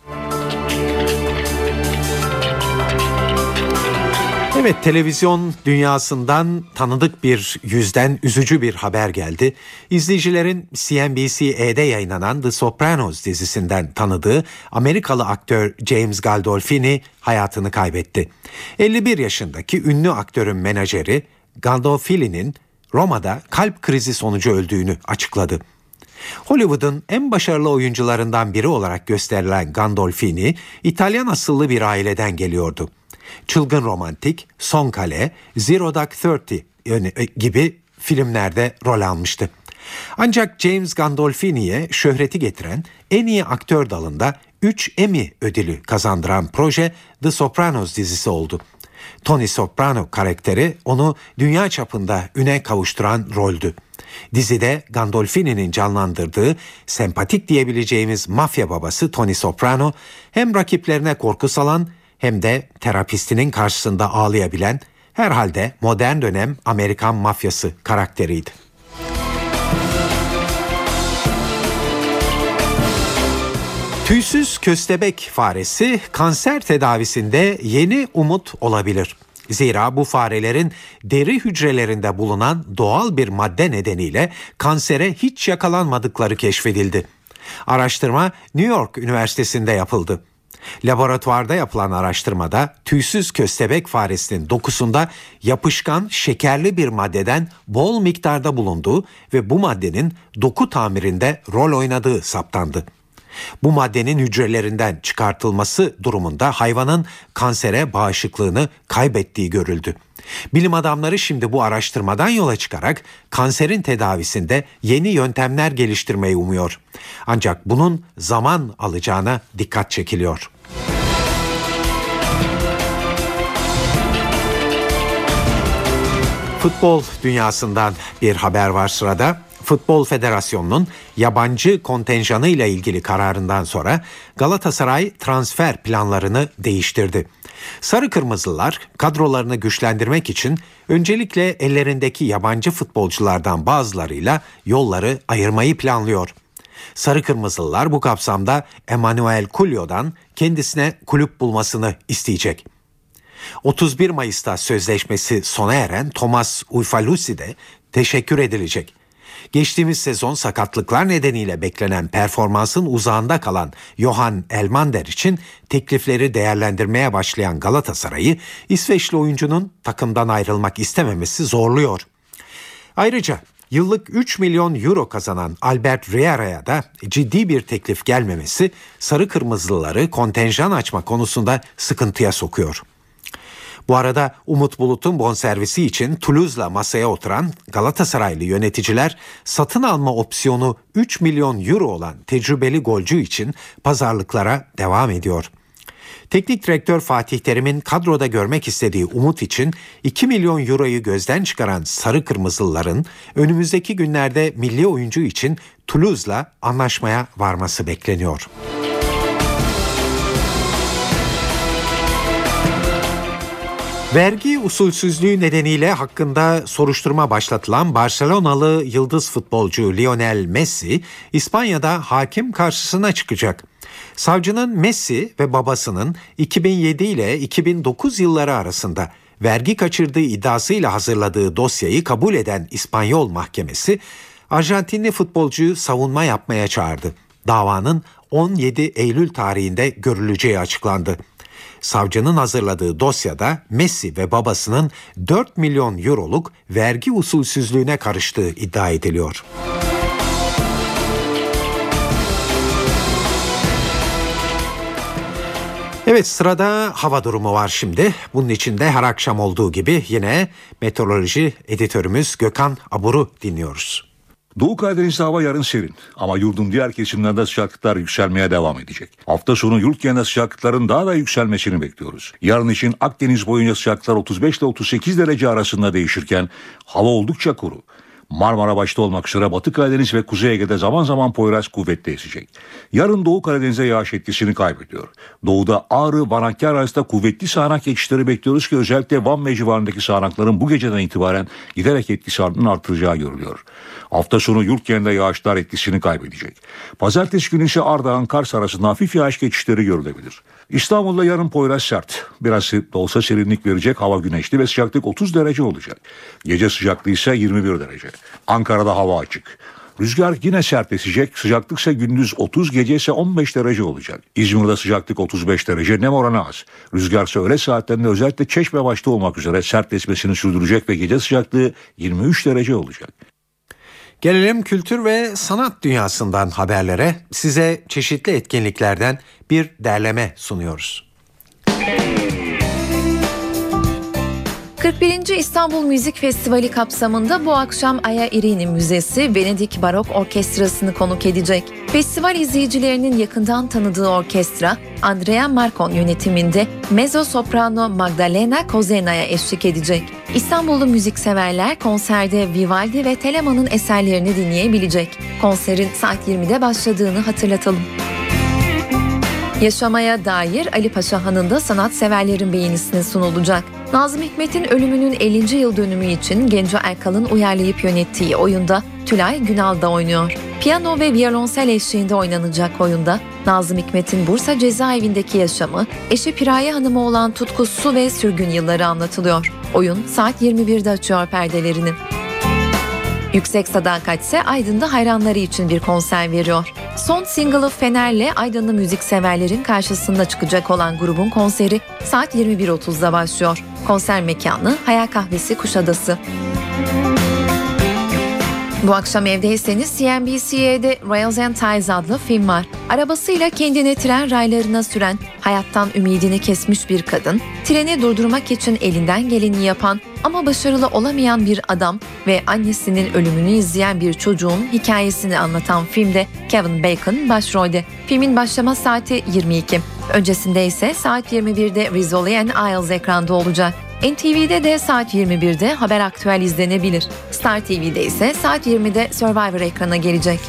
Evet, televizyon dünyasından tanıdık bir yüzden üzücü bir haber geldi. İzleyicilerin C N B C E'de yayınlanan The Sopranos dizisinden tanıdığı Amerikalı aktör James Gandolfini hayatını kaybetti. elli bir yaşındaki ünlü aktörün menajeri Gandolfini'nin Roma'da kalp krizi sonucu öldüğünü açıkladı. Hollywood'un en başarılı oyuncularından biri olarak gösterilen Gandolfini, İtalyan asıllı bir aileden geliyordu. Çılgın Romantik, Son Kale, Zero Dark Thirty gibi filmlerde rol almıştı. Ancak James Gandolfini'ye şöhreti getiren en iyi aktör dalında üç Emmy ödülü kazandıran proje The Sopranos dizisi oldu. Tony Soprano karakteri onu dünya çapında üne kavuşturan roldü. Dizide Gandolfini'nin canlandırdığı sempatik diyebileceğimiz mafya babası Tony Soprano hem rakiplerine korku salan hem de terapistinin karşısında ağlayabilen herhalde modern dönem Amerikan mafyası karakteriydi. Tüysüz köstebek faresi kanser tedavisinde yeni umut olabilir. Zira bu farelerin deri hücrelerinde bulunan doğal bir madde nedeniyle kansere hiç yakalanmadıkları keşfedildi. Araştırma New York Üniversitesi'nde yapıldı. Laboratuvarda yapılan araştırmada tüysüz köstebek faresinin dokusunda yapışkan şekerli bir maddeden bol miktarda bulunduğu ve bu maddenin doku tamirinde rol oynadığı saptandı. Bu maddenin hücrelerinden çıkartılması durumunda hayvanın kansere bağışıklığını kaybettiği görüldü. Bilim adamları şimdi bu araştırmadan yola çıkarak kanserin tedavisinde yeni yöntemler geliştirmeyi umuyor. Ancak bunun zaman alacağına dikkat çekiliyor. Futbol dünyasından bir haber var sırada. Futbol Federasyonu'nun yabancı kontenjanı ile ilgili kararından sonra Galatasaray transfer planlarını değiştirdi. Sarı Kırmızılar kadrolarını güçlendirmek için öncelikle ellerindeki yabancı futbolculardan bazılarıyla yolları ayırmayı planlıyor. Sarı Kırmızılar bu kapsamda Emmanuel Culio'dan kendisine kulüp bulmasını isteyecek. otuz bir Mayıs'ta sözleşmesi sona eren Thomas Ufaluzzi de teşekkür edilecek. Geçtiğimiz sezon sakatlıklar nedeniyle beklenen performansın uzağında kalan Johan Elmander için teklifleri değerlendirmeye başlayan Galatasaray'ı İsveçli oyuncunun takımdan ayrılmak istememesi zorluyor. Ayrıca yıllık üç milyon euro kazanan Albert Riera'ya da ciddi bir teklif gelmemesi Sarı Kırmızılıları kontenjan açma konusunda sıkıntıya sokuyor. Bu arada Umut Bulut'un bonservisi için Toulouse'la masaya oturan Galatasaraylı yöneticiler satın alma opsiyonu üç milyon euro olan tecrübeli golcü için pazarlıklara devam ediyor. Teknik direktör Fatih Terim'in kadroda görmek istediği Umut için iki milyon euroyu gözden çıkaran Sarı Kırmızılıların önümüzdeki günlerde milli oyuncu için Toulouse'la anlaşmaya varması bekleniyor. Vergi usulsüzlüğü nedeniyle hakkında soruşturma başlatılan Barcelonalı yıldız futbolcu Lionel Messi, İspanya'da hakim karşısına çıkacak. Savcının Messi ve babasının iki bin yedi ile iki bin dokuz yılları arasında vergi kaçırdığı iddiasıyla hazırladığı dosyayı kabul eden İspanyol mahkemesi, Arjantinli futbolcuyu savunma yapmaya çağırdı. Davanın on yedi Eylül tarihinde görüleceği açıklandı. Savcının hazırladığı dosyada Messi ve babasının dört milyon euroluk vergi usulsüzlüğüne karıştığı iddia ediliyor. Evet, sırada hava durumu var şimdi. Bunun için de her akşam olduğu gibi yine meteoroloji editörümüz Gökhan Abur'u dinliyoruz. Doğu Karadeniz'de hava yarın serin ama yurdun diğer kesimlerinde sıcaklıklar yükselmeye devam edecek. Hafta sonu yurt genelinde sıcaklıkların daha da yükselmesini bekliyoruz. Yarın için Akdeniz boyunca sıcaklıklar otuz beş ile otuz sekiz derece arasında değişirken hava oldukça kuru. Marmara başta olmak üzere Batı Karadeniz ve Kuzey Ege'de zaman zaman Poyraz kuvvetli esecek. Yarın Doğu Karadeniz'de yağış etkisini kaybediyor. Doğuda Ağrı, Van Hakkari arasında kuvvetli sağanak geçişleri bekliyoruz ki özellikle Van ve civarındaki sağanakların bu geceden itibaren giderek etkisi artıracağı görülüyor. Hafta sonu yurt genelinde yağışlar etkisini kaybedecek. Pazartesi günü ise Ardahan, Kars arasında hafif yağış geçişleri görülebilir. İstanbul'da yarın Poyraz sert. Biraz da olsa serinlik verecek, hava güneşli ve sıcaklık otuz derece olacak. Gece sıcaklığı ise yirmi bir derece. Ankara'da hava açık. Rüzgar yine sert esecek. Sıcaklık ise gündüz otuz, gece ise on beş derece olacak. İzmir'de sıcaklık otuz beş derece, nem oranı az. Rüzgar ise öğle saatlerinde özellikle Çeşme başta olmak üzere sert esmesini sürdürecek ve gece sıcaklığı yirmi üç derece olacak. Gelelim kültür ve sanat dünyasından haberlere. Size çeşitli etkinliklerden bir derleme sunuyoruz. kırk birinci İstanbul Müzik Festivali kapsamında bu akşam Aya Irini Müzesi Venedik Barok Orkestrası'nı konuk edecek. Festival izleyicilerinin yakından tanıdığı orkestra, Andrea Marcon yönetiminde mezzo soprano Magdalena Kozena'ya eşlik edecek. İstanbullu müzikseverler konserde Vivaldi ve Telemann'ın eserlerini dinleyebilecek. Konserin saat yirmide başladığını hatırlatalım. Yaşamaya dair Ali Paşa Hanı'nda sanatseverlerin beğenisine sunulacak. Nazım Hikmet'in ölümünün ellinci yıl dönümü için Genco Erkal'ın uyarlayıp yönettiği oyunda Tülay Günal da oynuyor. Piyano ve violonsel eşliğinde oynanacak oyunda Nazım Hikmet'in Bursa cezaevindeki yaşamı, eşi Piraye Hanım'a olan tutkusu ve sürgün yılları anlatılıyor. Oyun saat yirmi birde açıyor perdelerini. Yüksek Sadakat ise Aydın'da hayranları için bir konser veriyor. Son single'ı Fener'le Aydınlı müzikseverlerin karşısında çıkacak olan grubun konseri saat yirmi bir otuzda başlıyor. Konser mekanı Hayal Kahvesi Kuşadası. Bu akşam evdeyseniz C N B C'de Rails and Ties adlı film var. Arabasıyla kendini tren raylarına süren, hayattan ümidini kesmiş bir kadın, treni durdurmak için elinden geleni yapan ama başarılı olamayan bir adam ve annesinin ölümünü izleyen bir çocuğun hikayesini anlatan filmde Kevin Bacon başrolde. Filmin başlama saati yirmi iki. Öncesinde ise saat yirmi birde Rizzoli and Isles ekranda olacak. N T V'de de saat yirmi birde Haber Aktüel izlenebilir. Star T V'de ise saat yirmide Survivor ekrana gelecek.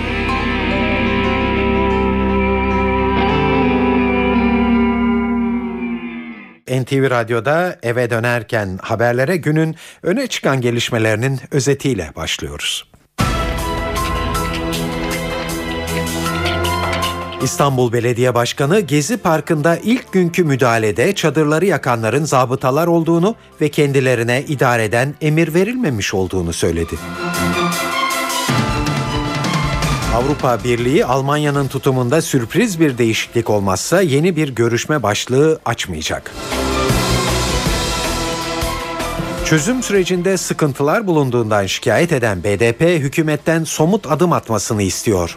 N T V Radyo'da eve dönerken haberlere günün öne çıkan gelişmelerinin özetiyle başlıyoruz. İstanbul Belediye Başkanı Gezi Parkı'nda ilk günkü müdahalede çadırları yakanların zabıtalar olduğunu ve kendilerine idareden emir verilmemiş olduğunu söyledi. Avrupa Birliği, Almanya'nın tutumunda sürpriz bir değişiklik olmazsa yeni bir görüşme başlığı açmayacak. Çözüm sürecinde sıkıntılar bulunduğundan şikayet eden B D P, hükümetten somut adım atmasını istiyor.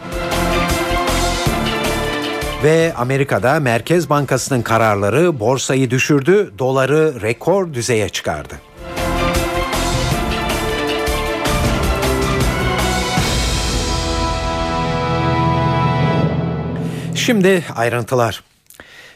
Ve Amerika'da Merkez Bankası'nın kararları borsayı düşürdü, doları rekor düzeye çıkardı. Şimdi ayrıntılar.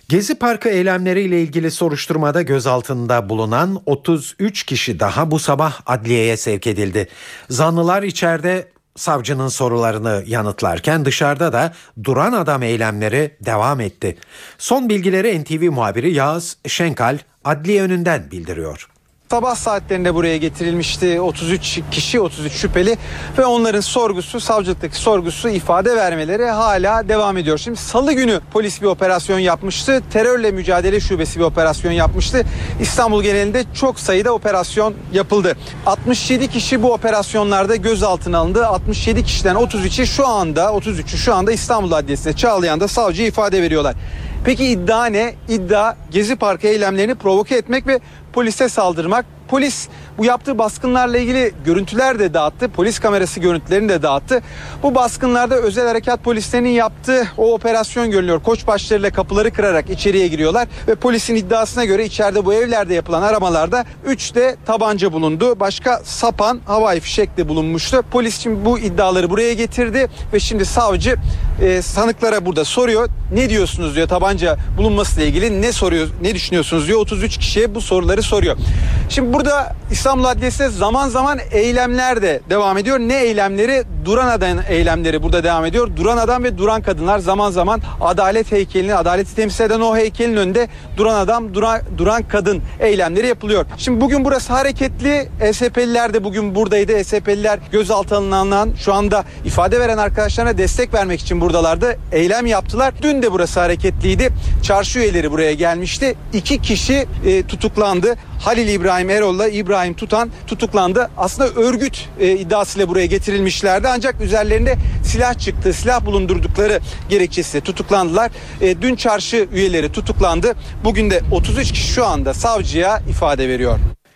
Gezi Parkı eylemleriyle ilgili soruşturmada gözaltında bulunan otuz üç kişi daha bu sabah adliyeye sevk edildi. Zanlılar içeride savcının sorularını yanıtlarken dışarıda da duran adam eylemleri devam etti. Son bilgileri N T V muhabiri Yağız Şenkal adliye önünden bildiriyor. Sabah saatlerinde buraya getirilmişti otuz üç kişi, otuz üç şüpheli ve onların sorgusu, savcılıktaki sorgusu, ifade vermeleri hala devam ediyor. Şimdi salı günü polis bir operasyon yapmıştı. Terörle mücadele şubesi bir operasyon yapmıştı. İstanbul genelinde çok sayıda operasyon yapıldı. altmış yedi kişi bu operasyonlarda gözaltına alındı. altmış yedi kişiden otuz üçü şu anda, otuz üçü şu anda İstanbul Adliyesi'nde, Çağlayan'da savcıya ifade veriyorlar. Peki iddia ne? İddia Gezi Parkı eylemlerini provoke etmek ve polise saldırmak. Polis bu yaptığı baskınlarla ilgili görüntüler de dağıttı. Polis kamerası görüntülerini de dağıttı. Bu baskınlarda özel harekat polislerinin yaptığı o operasyon görülüyor. Koçbaşlarıyla kapıları kırarak içeriye giriyorlar ve polisin iddiasına göre içeride bu evlerde yapılan aramalarda üç de tabanca bulundu. Başka sapan, havai fişek de bulunmuştu. Polis şimdi bu iddiaları buraya getirdi ve şimdi savcı e, sanıklara burada soruyor. Ne diyorsunuz diyor, tabanca bulunmasıyla ilgili ne soruyor, ne düşünüyorsunuz diyor. otuz üç kişiye bu soruları soruyor. Şimdi burada İstanbul Adliyesi'nde zaman zaman eylemler de devam ediyor. Ne eylemleri? Duran adam eylemleri burada devam ediyor. Duran adam ve duran kadınlar zaman zaman adalet heykelini, adaleti temsil eden o heykelin önünde duran adam, duran, duran kadın eylemleri yapılıyor. Şimdi bugün burası hareketli. H S P'liler de bugün buradaydı. H S P'liler gözaltına alınan, şu anda ifade veren arkadaşlarına destek vermek için buradalardı. Eylem yaptılar. Dün de burası hareketliydi. Çarşı üyeleri buraya gelmişti. İki kişi e, tutuklandı. Halil İbrahim Erol'la İbrahim Tutan tutuklandı. Aslında örgüt e, iddiasıyla buraya getirilmişlerdi. Ancak üzerlerinde silah çıktı. Silah bulundurdukları gerekçesiyle tutuklandılar. E, dün çarşı üyeleri tutuklandı. Bugün de otuz üç kişi şu anda savcıya ifade veriyor.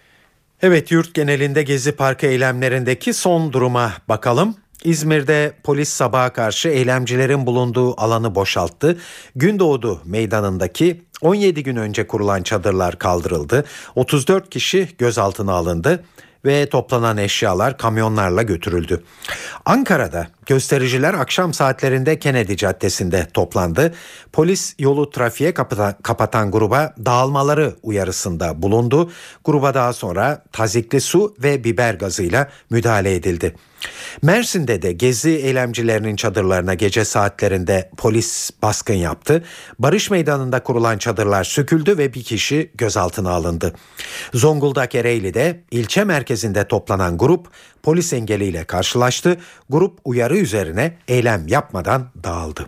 Evet, yurt genelinde Gezi Parkı eylemlerindeki son duruma bakalım. İzmir'de polis sabaha karşı eylemcilerin bulunduğu alanı boşalttı. Gündoğdu Meydanı'ndaki on yedi gün önce kurulan çadırlar kaldırıldı. otuz dört kişi gözaltına alındı ve toplanan eşyalar kamyonlarla götürüldü. Ankara'da göstericiler akşam saatlerinde Kennedy Caddesi'nde toplandı. Polis yolu trafiğe kapatan, kapatan gruba dağılmaları uyarısında bulundu. Gruba daha sonra tazikli su ve biber gazıyla müdahale edildi. Mersin'de de Gezi eylemcilerinin çadırlarına gece saatlerinde polis baskın yaptı. Barış Meydanı'nda kurulan çadırlar söküldü ve bir kişi gözaltına alındı. Zonguldak Ereğli'de ilçe merkezinde toplanan grup polis engeliyle karşılaştı. Grup uyarı üzerine eylem yapmadan dağıldı.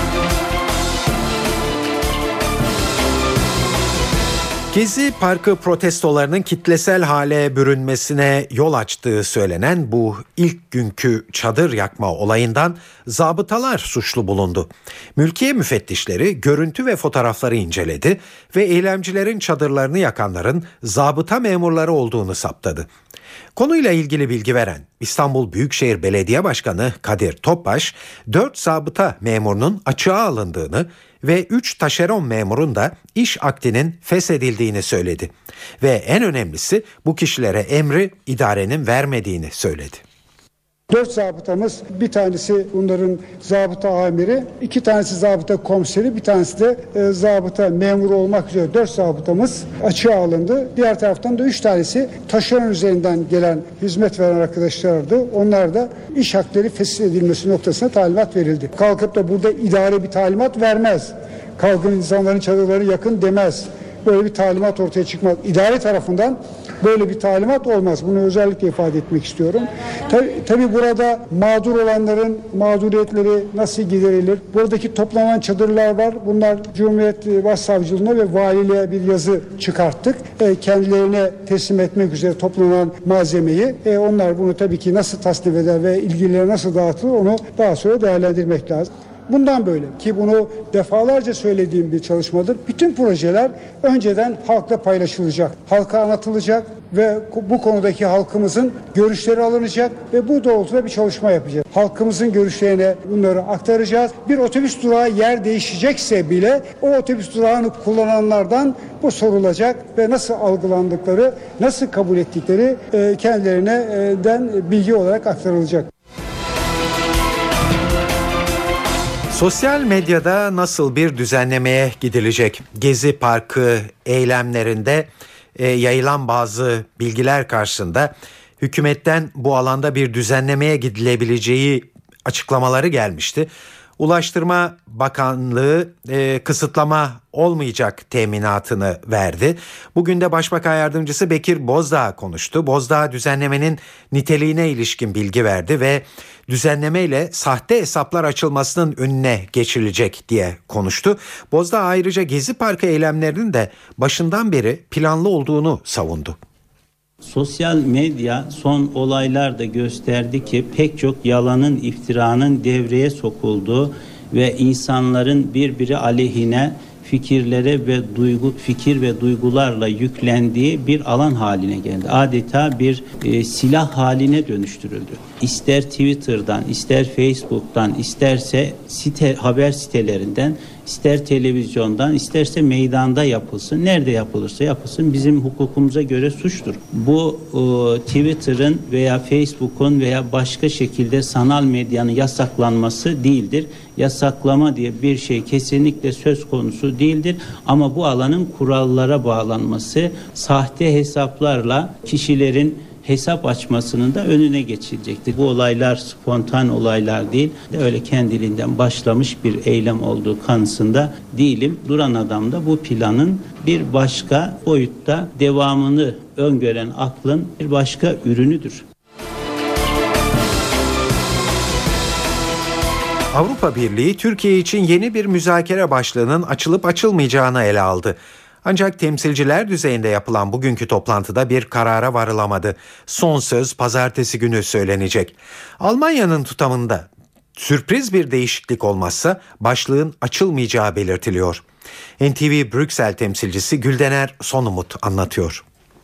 Gezi Parkı protestolarının kitlesel hale bürünmesine yol açtığı söylenen bu ilk günkü çadır yakma olayından zabıtalar suçlu bulundu. Mülkiye müfettişleri görüntü ve fotoğrafları inceledi ve eylemcilerin çadırlarını yakanların zabıta memurları olduğunu saptadı. Konuyla ilgili bilgi veren İstanbul Büyükşehir Belediye Başkanı Kadir Topbaş, dört zabıta memurunun açığa alındığını ve üç taşeron memurun da iş akdinin feshedildiğini söyledi. Ve en önemlisi bu kişilere emri idarenin vermediğini söyledi. Dört zabıtamız, bir tanesi bunların zabıta amiri, iki tanesi zabıta komiseri, bir tanesi de e, zabıta memuru olmak üzere dört zabıtamız açığa alındı. Diğer taraftan da üç tanesi taşeron üzerinden gelen hizmet veren arkadaşlardı. Onlar da iş hakları feshedilmesi noktasına talimat verildi. Kalkıp da burada idare bir talimat vermez. Kalkın insanların çadırları yakın demez. Böyle bir talimat ortaya çıkmaz. İdare tarafından böyle bir talimat olmaz. Bunu özellikle ifade etmek istiyorum. Tabii, tabii burada mağdur olanların mağduriyetleri nasıl giderilir? Buradaki toplanan çadırlar var. Bunlar Cumhuriyet Başsavcılığına ve Valiliğe bir yazı çıkarttık. E, kendilerine teslim etmek üzere toplanan malzemeyi. E, onlar bunu tabii ki nasıl tasnif eder ve ilgililere nasıl dağıtılır onu daha sonra değerlendirmek lazım. Bundan böyle ki bunu defalarca söylediğim bir çalışmadır. Bütün projeler önceden halkla paylaşılacak, halka anlatılacak ve bu konudaki halkımızın görüşleri alınacak ve bu doğrultuda bir çalışma yapacağız. Halkımızın görüşlerine bunları aktaracağız. Bir otobüs durağı yer değişecekse bile o otobüs durağını kullananlardan bu sorulacak ve nasıl algılandıkları, nasıl kabul ettikleri kendilerinden bilgi olarak aktarılacak. Sosyal medyada nasıl bir düzenlemeye gidilecek? Gezi Parkı eylemlerinde e, yayılan bazı bilgiler karşısında hükümetten bu alanda bir düzenlemeye gidilebileceği açıklamaları gelmişti. Ulaştırma Bakanlığı e, kısıtlama olmayacak teminatını verdi. Bugün de Başbakan Yardımcısı Bekir Bozdağ konuştu. Bozdağ düzenlemenin niteliğine ilişkin bilgi verdi ve düzenlemeyle sahte hesaplar açılmasının önüne geçilecek diye konuştu. Bozdağ ayrıca Gezi Parkı eylemlerinin de başından beri planlı olduğunu savundu. Sosyal medya son olaylarda gösterdi ki pek çok yalanın, iftiranın devreye sokulduğu ve insanların birbiri aleyhine fikirlere ve duygu fikir ve duygularla yüklendiği bir alan haline geldi. Adeta bir e, silah haline dönüştürüldü. İster Twitter'dan, ister Facebook'tan, isterse site haber sitelerinden, ister televizyondan, isterse meydanda yapılsın. Nerede yapılırsa yapılsın bizim hukukumuza göre suçtur. Bu e, Twitter'ın veya Facebook'un veya başka şekilde sanal medyanın yasaklanması değildir. Yasaklama diye bir şey kesinlikle söz konusu değildir. Ama bu alanın kurallara bağlanması, sahte hesaplarla kişilerin hesap açmasının da önüne geçilecektir. Bu olaylar spontan olaylar değil, öyle kendiliğinden başlamış bir eylem olduğu kanısında değilim. Duran Adam da bu planın bir başka boyutta devamını öngören aklın bir başka ürünüdür. Avrupa Birliği Türkiye için yeni bir müzakere başlığının açılıp açılmayacağını ele aldı. Ancak temsilciler düzeyinde yapılan bugünkü toplantıda bir karara varılamadı. Son söz pazartesi günü söylenecek. Almanya'nın tutamında sürpriz bir değişiklik olmazsa başlığın açılmayacağı belirtiliyor. N T V Brüksel temsilcisi Güldener Sonumut anlatıyor.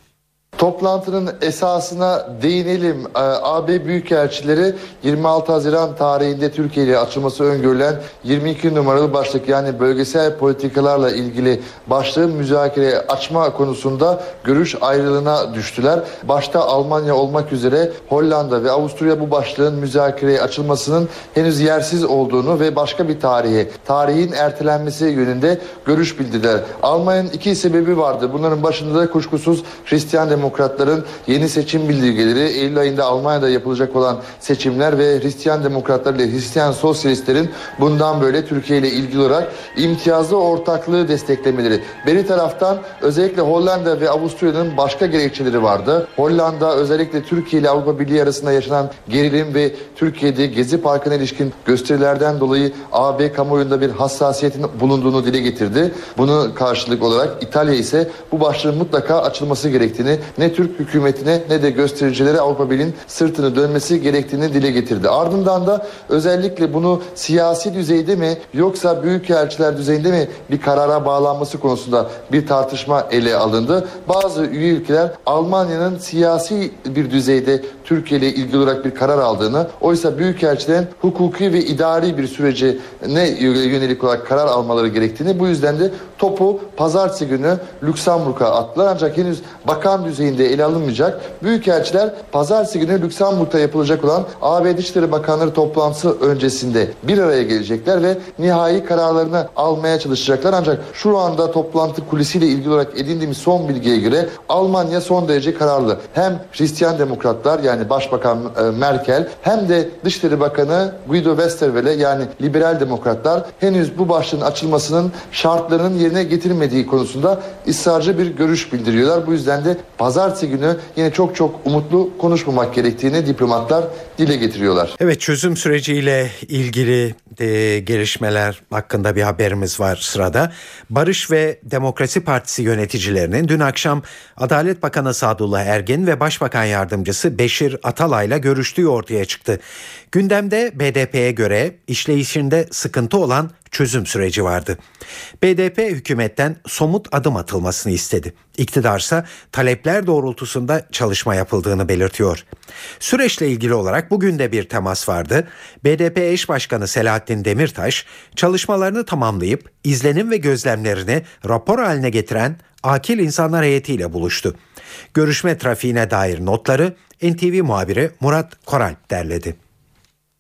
Toplantının esasına değinelim. A B Büyükelçileri yirmi altı Haziran tarihinde Türkiye ile açılması öngörülen yirmi iki numaralı başlık, yani bölgesel politikalarla ilgili başlığın müzakereye açma konusunda görüş ayrılığına düştüler. Başta Almanya olmak üzere Hollanda ve Avusturya bu başlığın müzakereye açılmasının henüz yersiz olduğunu ve başka bir tarihe, tarihin ertelenmesi yönünde görüş bildirdiler. Almanya'nın iki sebebi vardı. Bunların başında da kuşkusuz Hristiyan Demokratların Demokratların yeni seçim bildirgeleri, Eylül ayında Almanya'da yapılacak olan seçimler ve Hristiyan Demokratlar ile Hristiyan Sosyalistlerin bundan böyle Türkiye ile ilgili olarak imtiyazlı ortaklığı desteklemeleri. Bir taraftan özellikle Hollanda ve Avusturya'nın başka gerekçeleri vardı. Hollanda özellikle Türkiye ile Avrupa Birliği arasında yaşanan gerilim ve Türkiye'de Gezi Parkı'na ilişkin gösterilerden dolayı A B kamuoyunda bir hassasiyetin bulunduğunu dile getirdi. Bunu karşılık olarak İtalya ise bu başlığın mutlaka açılması gerektiğini, ne Türk hükümetine ne de göstericilere Avrupa Birliği'nin sırtını dönmesi gerektiğini dile getirdi. Ardından da özellikle bunu siyasi düzeyde mi yoksa büyükelçiler düzeyinde mi bir karara bağlanması konusunda bir tartışma ele alındı. Bazı üye ülkeler Almanya'nın siyasi bir düzeyde Türkiye ile ilgili olarak bir karar aldığını, oysa büyükelçilerin hukuki ve idari bir sürece ne yönelik olarak karar almaları gerektiğini, bu yüzden de topu pazartesi günü Lüksemburg'a attılar. Ancak henüz bakan düzeyinde ele alınmayacak. Büyükelçiler pazartesi günü Lüksemburg'da yapılacak olan A B Dışişleri Bakanları toplantısı öncesinde bir araya gelecekler ve nihai kararlarını almaya çalışacaklar. Ancak şu anda toplantı kulisiyle ilgili olarak edindiğimiz son bilgiye göre Almanya son derece kararlı. Hem Hristiyan Demokratlar, yani Başbakan Merkel, hem de Dışişleri Bakanı Guido Westerwelle, yani Liberal Demokratlar henüz bu başlığın açılmasının şartlarının yerine getirilmediği konusunda ısrarcı bir görüş bildiriyorlar. Bu yüzden de pazartesi günü yine çok çok umutlu konuşmamak gerektiğini diplomatlar dile getiriyorlar. Evet, çözüm süreciyle ilgili e, gelişmeler hakkında bir haberimiz var sırada. Barış ve Demokrasi Partisi yöneticilerinin dün akşam Adalet Bakanı Sadullah Ergin ve Başbakan Yardımcısı Beşir Atalay'la görüştüğü ortaya çıktı. Gündemde B D P'ye göre işleyişinde sıkıntı olan çözüm süreci vardı. B D P hükümetten somut adım atılmasını istedi. İktidarsa talepler doğrultusunda çalışma yapıldığını belirtiyor. Süreçle ilgili olarak bugün de bir temas vardı. B D P eş başkanı Selahattin Demirtaş çalışmalarını tamamlayıp izlenim ve gözlemlerini rapor haline getiren Akil İnsanlar heyetiyle buluştu. Görüşme trafiğine dair notları N T V muhabiri Murat Koralp derledi.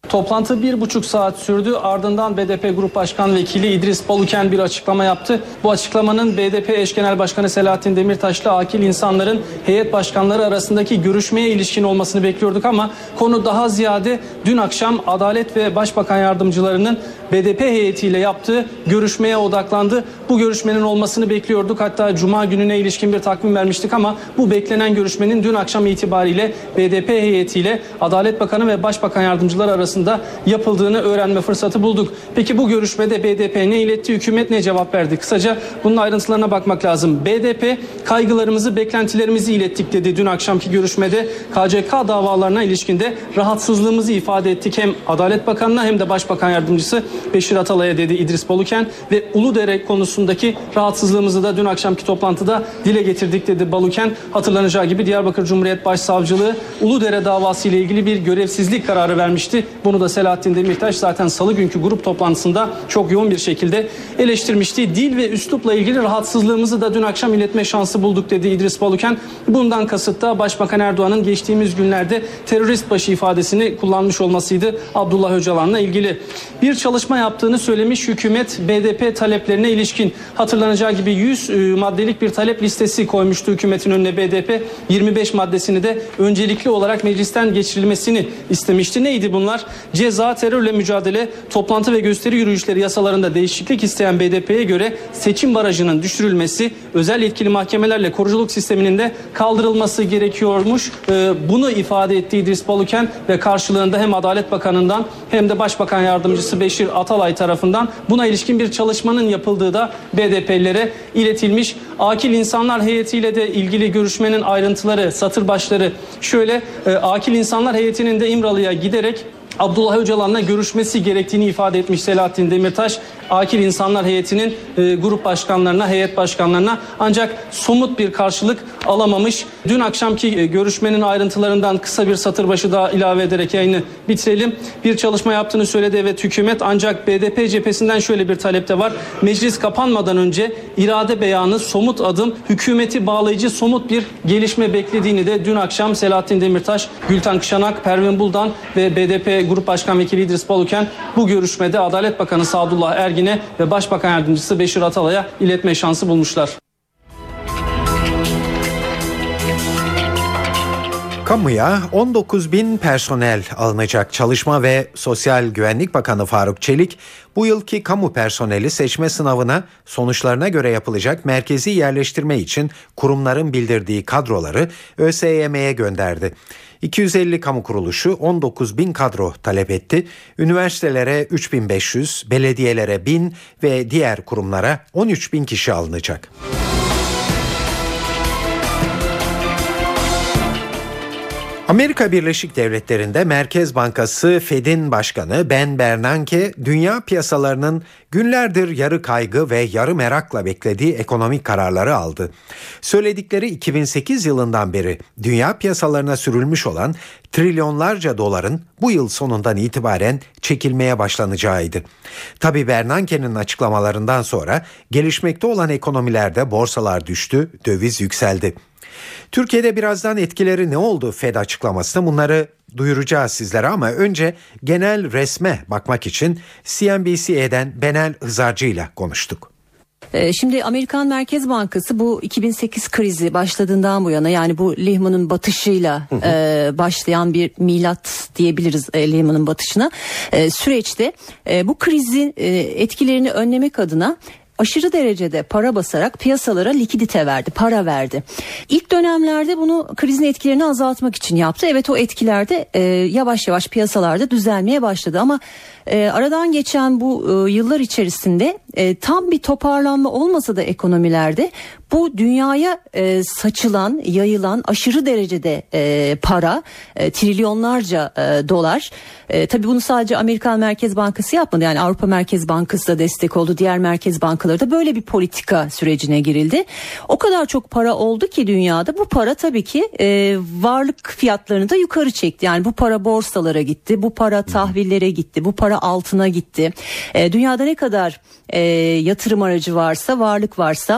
Toplantı bir buçuk saat sürdü. Ardından B D P Grup Başkan Vekili İdris Baluken bir açıklama yaptı. Bu açıklamanın B D P Eş Genel Başkanı Selahattin Demirtaş'la akil insanların heyet başkanları arasındaki görüşmeye ilişkin olmasını bekliyorduk ama konu daha ziyade dün akşam Adalet ve Başbakan Yardımcılarının B D P heyetiyle yaptığı görüşmeye odaklandı. Bu görüşmenin olmasını bekliyorduk. Hatta Cuma gününe ilişkin bir takvim vermiştik ama bu beklenen görüşmenin dün akşam itibariyle B D P heyetiyle Adalet Bakanı ve Başbakan Yardımcıları arasında yapıldığını öğrenme fırsatı bulduk. Peki bu görüşmede B D P ne iletti, hükümet ne cevap verdi? Kısaca bunun ayrıntılarına bakmak lazım. B D P kaygılarımızı, beklentilerimizi ilettik dedi dün akşamki görüşmede. K C K davalarına ilişkinde rahatsızlığımızı ifade ettik. Hem Adalet Bakanı'na hem de Başbakan Yardımcısı Beşir Atalay'a dedi İdris Baluken ve Uludere konusundaki rahatsızlığımızı da dün akşamki toplantıda dile getirdik dedi Baluken. Hatırlanacağı gibi Diyarbakır Cumhuriyet Başsavcılığı Uludere davası ile ilgili bir görevsizlik kararı vermişti. Bunu da Selahattin Demirtaş zaten salı günkü grup toplantısında çok yoğun bir şekilde eleştirmişti. Dil ve üslupla ilgili rahatsızlığımızı da dün akşam iletme şansı bulduk dedi İdris Baluken. Bundan kasıt da Başbakan Erdoğan'ın geçtiğimiz günlerde terörist başı ifadesini kullanmış olmasıydı Abdullah Öcalan'la ilgili. Bir çalışma yaptığını söylemiş hükümet B D P taleplerine ilişkin. Hatırlanacağı gibi yüz maddelik bir talep listesi koymuştu hükümetin önüne B D P. yirmi beş maddesini de öncelikli olarak meclisten geçirilmesini istemişti. Neydi bunlar? Ceza, terörle mücadele, toplantı ve gösteri yürüyüşleri yasalarında değişiklik isteyen B D P'ye göre seçim barajının düşürülmesi, özel yetkili mahkemelerle koruculuk sisteminin de kaldırılması gerekiyormuş. Bunu ifade etti İdris Baluken ve karşılığında hem Adalet Bakanı'ndan hem de Başbakan Yardımcısı Beşir Atalay tarafından buna ilişkin bir çalışmanın yapıldığı da B D P'lilere iletilmiş. Akil İnsanlar Heyetiyle de ilgili görüşmenin ayrıntıları, satır başları şöyle. Akil İnsanlar Heyeti'nin de İmralı'ya giderek Abdullah Öcalan'la görüşmesi gerektiğini ifade etmiş Selahattin Demirtaş. Akil İnsanlar Heyeti'nin e, grup başkanlarına, heyet başkanlarına ancak somut bir karşılık alamamış. Dün akşamki e, görüşmenin ayrıntılarından kısa bir satır başı daha ilave ederek yayını bitirelim. Bir çalışma yaptığını söyledi evet hükümet ancak B D P cephesinden şöyle bir talep de var. Meclis kapanmadan önce irade beyanı, somut adım, hükümeti bağlayıcı somut bir gelişme beklediğini de dün akşam Selahattin Demirtaş, Gülten Kışanak, Pervin Buldan ve B D P Grup Başkan Vekili İdris Baluken bu görüşmede Adalet Bakanı Sadullah Ergin'e ve Başbakan Yardımcısı Beşir Atalay'a iletme şansı bulmuşlar. Kamuya on dokuz bin personel alınacak. Çalışma ve Sosyal Güvenlik Bakanı Faruk Çelik, bu yılki kamu personeli seçme sınavına sonuçlarına göre yapılacak merkezi yerleştirme için kurumların bildirdiği kadroları ÖSYM'ye gönderdi. iki yüz elli kamu kuruluşu on dokuz bin kadro talep etti. Üniversitelere üç bin beş yüz, belediyelere bin ve diğer kurumlara on üç bin kişi alınacak. Amerika Birleşik Devletleri'nde Merkez Bankası Fed'in başkanı Ben Bernanke, dünya piyasalarının günlerdir yarı kaygı ve yarı merakla beklediği ekonomik kararları aldı. Söyledikleri iki bin sekiz yılından beri dünya piyasalarına sürülmüş olan trilyonlarca doların bu yıl sonundan itibaren çekilmeye başlanacağıydı. Tabii Bernanke'nin açıklamalarından sonra gelişmekte olan ekonomilerde borsalar düştü, döviz yükseldi. Türkiye'de birazdan etkileri ne oldu Fed açıklamasını, bunları duyuracağız sizlere ama önce genel resme bakmak için C N B C'den Benel Hızarcı ile konuştuk. Şimdi Amerikan Merkez Bankası bu iki bin sekiz krizi başladığından bu yana, yani bu Lehman'ın batışıyla hı hı. E, başlayan bir milat diyebiliriz e, Lehman'ın batışına e, süreçte e, bu krizin e, etkilerini önlemek adına aşırı derecede para basarak piyasalara likidite verdi, para verdi. İlk dönemlerde bunu krizin etkilerini azaltmak için yaptı. Evet, o etkilerde e, yavaş yavaş piyasalarda düzelmeye başladı ama e, aradan geçen bu e, yıllar içerisinde e, tam bir toparlanma olmasa da ekonomilerde bu dünyaya e, saçılan, yayılan aşırı derecede e, para, e, trilyonlarca e, dolar. E, tabii bunu sadece Amerikan Merkez Bankası yapmadı. Yani Avrupa Merkez Bankası da destek oldu. Diğer merkez bankaları da böyle bir politika sürecine girildi. O kadar çok para oldu ki dünyada, bu para tabii ki e, varlık fiyatlarını da yukarı çekti. Yani bu para borsalara gitti, bu para tahvillere gitti, bu para altına gitti. E, dünyada ne kadar e, yatırım aracı varsa, varlık varsa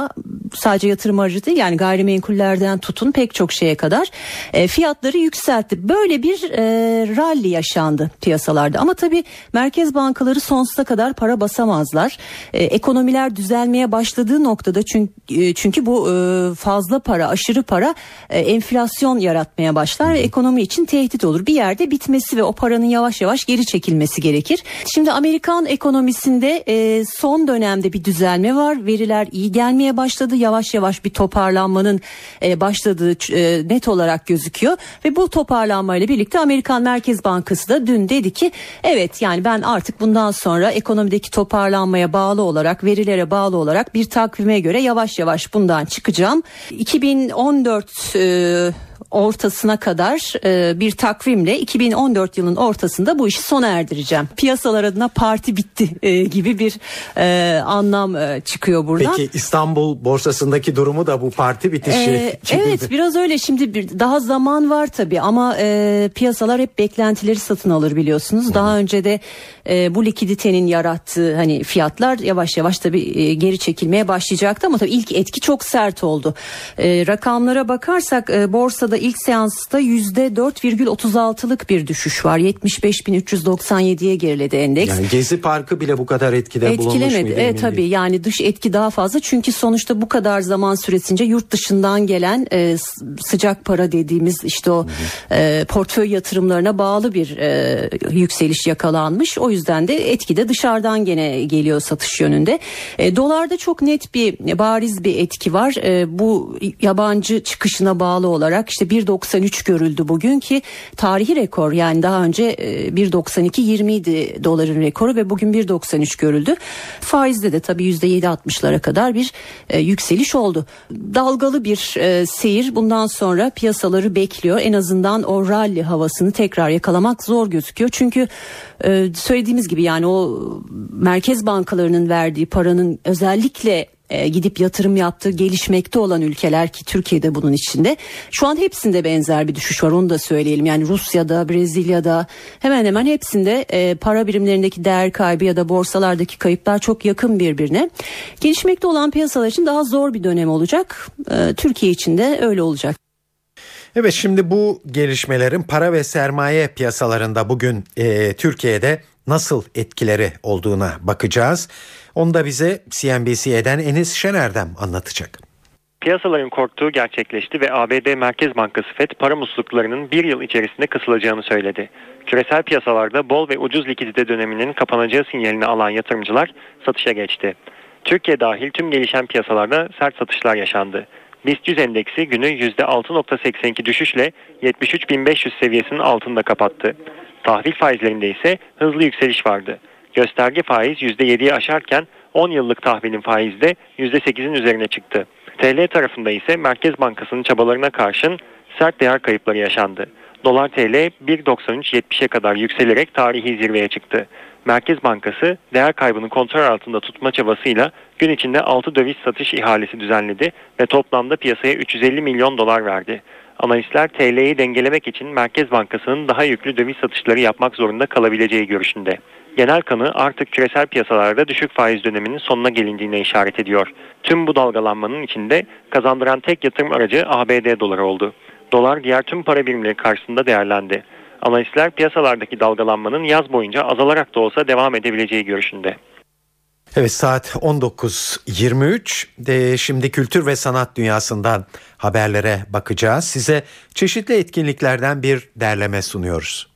sadece yatırım aracı değil, yani gayrimenkullerden tutun pek çok şeye kadar e, fiyatları yükseltti. Böyle bir e, rally yaşandı piyasalarda. Ama tabii merkez bankaları sonsuza kadar para basamazlar. E, ekonomiler düzelmeye başladığı noktada çünkü e, çünkü bu e, fazla para, aşırı para e, enflasyon yaratmaya başlar ve ekonomi için tehdit olur. Bir yerde bitmesi ve o paranın yavaş yavaş geri çekilmesi gerekir. Şimdi Amerikan ekonomisinde e, son dönemde bir düzelme var. Veriler iyi gelmeye başladı. Yavaş yavaş bir toparlanmanın e, başladığı e, net olarak gözüküyor ve bu toparlanmayla birlikte Amerikan Merkez Bankası da dün dedi ki evet, yani ben artık bundan sonra ekonomideki toparlanmaya bağlı olarak, verilere bağlı olarak bir takvime göre yavaş yavaş bundan çıkacağım. iki bin on dört e, ortasına kadar e, bir takvimle iki bin on dört yılının ortasında bu işi sona erdireceğim. Piyasalar adına parti bitti e, gibi bir e, anlam e, çıkıyor buradan. Peki İstanbul borsasındaki durumu da bu parti bitişi ee, gibi. Evet, biraz öyle. Şimdi bir, daha zaman var tabii ama e, piyasalar hep beklentileri satın alır biliyorsunuz. Daha Hı. önce de e, bu likiditenin yarattığı hani fiyatlar yavaş yavaş tabii e, geri çekilmeye başlayacaktı ama tabii ilk etki çok sert oldu. E, rakamlara bakarsak e, borsada ilk seansta yüzde dört virgül otuz altılık bir düşüş var. yetmiş beş bin üç yüz doksan yediye geriledi endeks. Yani Gezi Parkı bile bu kadar etkide bulunmuş muydu? Etkilemedi. E, tabii yani dış etki daha fazla. Çünkü sonuçta bu kadar zaman süresince yurt dışından gelen e, sıcak para dediğimiz işte o e, portföy yatırımlarına bağlı bir e, yükseliş yakalanmış. O yüzden de etki de dışarıdan gene geliyor satış yönünde. E, dolarda çok net bir bariz bir etki var. E, bu yabancı çıkışına bağlı olarak işte bir doksan üç görüldü bugün ki tarihi rekor, yani daha önce bir doksan iki yirmi idi doların rekoru ve bugün bir doksan üç görüldü. Faizde de tabii yüzde yedi altmışlara kadar bir e, yükseliş oldu. Dalgalı bir e, seyir bundan sonra piyasaları bekliyor. En azından o rally havasını tekrar yakalamak zor gözüküyor. Çünkü e, söylediğimiz gibi yani o merkez bankalarının verdiği paranın özellikle E, gidip yatırım yaptığı gelişmekte olan ülkeler ki Türkiye'de bunun içinde şu an hepsinde benzer bir düşüş var, onu da söyleyelim. Yani Rusya'da, Brezilya'da hemen hemen hepsinde e, para birimlerindeki değer kaybı ya da borsalardaki kayıplar çok yakın birbirine. Gelişmekte olan piyasalar için daha zor bir dönem olacak. E, Türkiye için de öyle olacak. Evet, şimdi bu gelişmelerin para ve sermaye piyasalarında bugün e, Türkiye'de nasıl etkileri olduğuna bakacağız. Onu da bize C N B C'den Enis Şener'den anlatacak. Piyasaların korktuğu gerçekleşti ve A B D Merkez Bankası Fed para musluklarının bir yıl içerisinde kısılacağını söyledi. Küresel piyasalarda bol ve ucuz likidite döneminin kapanacağı sinyalini alan yatırımcılar satışa geçti. Türkiye dahil tüm gelişen piyasalarda sert satışlar yaşandı. BIST yüz endeksi günü yüzde altı virgül seksen iki düşüşle yetmiş üç bin beş yüz seviyesinin altında kapattı. Tahvil faizlerinde ise hızlı yükseliş vardı. Gösterge faiz yüzde yediyi aşarken on yıllık tahvilin faizi de yüzde sekizin üzerine çıktı. T L tarafında ise Merkez Bankası'nın çabalarına karşın sert değer kayıpları yaşandı. Dolar T L bir virgül doksan üç yetmişe kadar yükselerek tarihi zirveye çıktı. Merkez Bankası değer kaybını kontrol altında tutma çabasıyla gün içinde altı döviz satış ihalesi düzenledi ve toplamda piyasaya üç yüz elli milyon dolar verdi. Analistler T L'yi dengelemek için Merkez Bankası'nın daha yüklü döviz satışları yapmak zorunda kalabileceği görüşünde. Genel kanı artık küresel piyasalarda düşük faiz döneminin sonuna gelindiğine işaret ediyor. Tüm bu dalgalanmanın içinde kazandıran tek yatırım aracı A B D doları oldu. Dolar diğer tüm para birimleri karşısında değerlendi. Analistler piyasalardaki dalgalanmanın yaz boyunca azalarak da olsa devam edebileceği görüşünde. Evet, saat on dokuz yirmi üç. De şimdi kültür ve sanat dünyasından haberlere bakacağız. Size çeşitli etkinliklerden bir derleme sunuyoruz.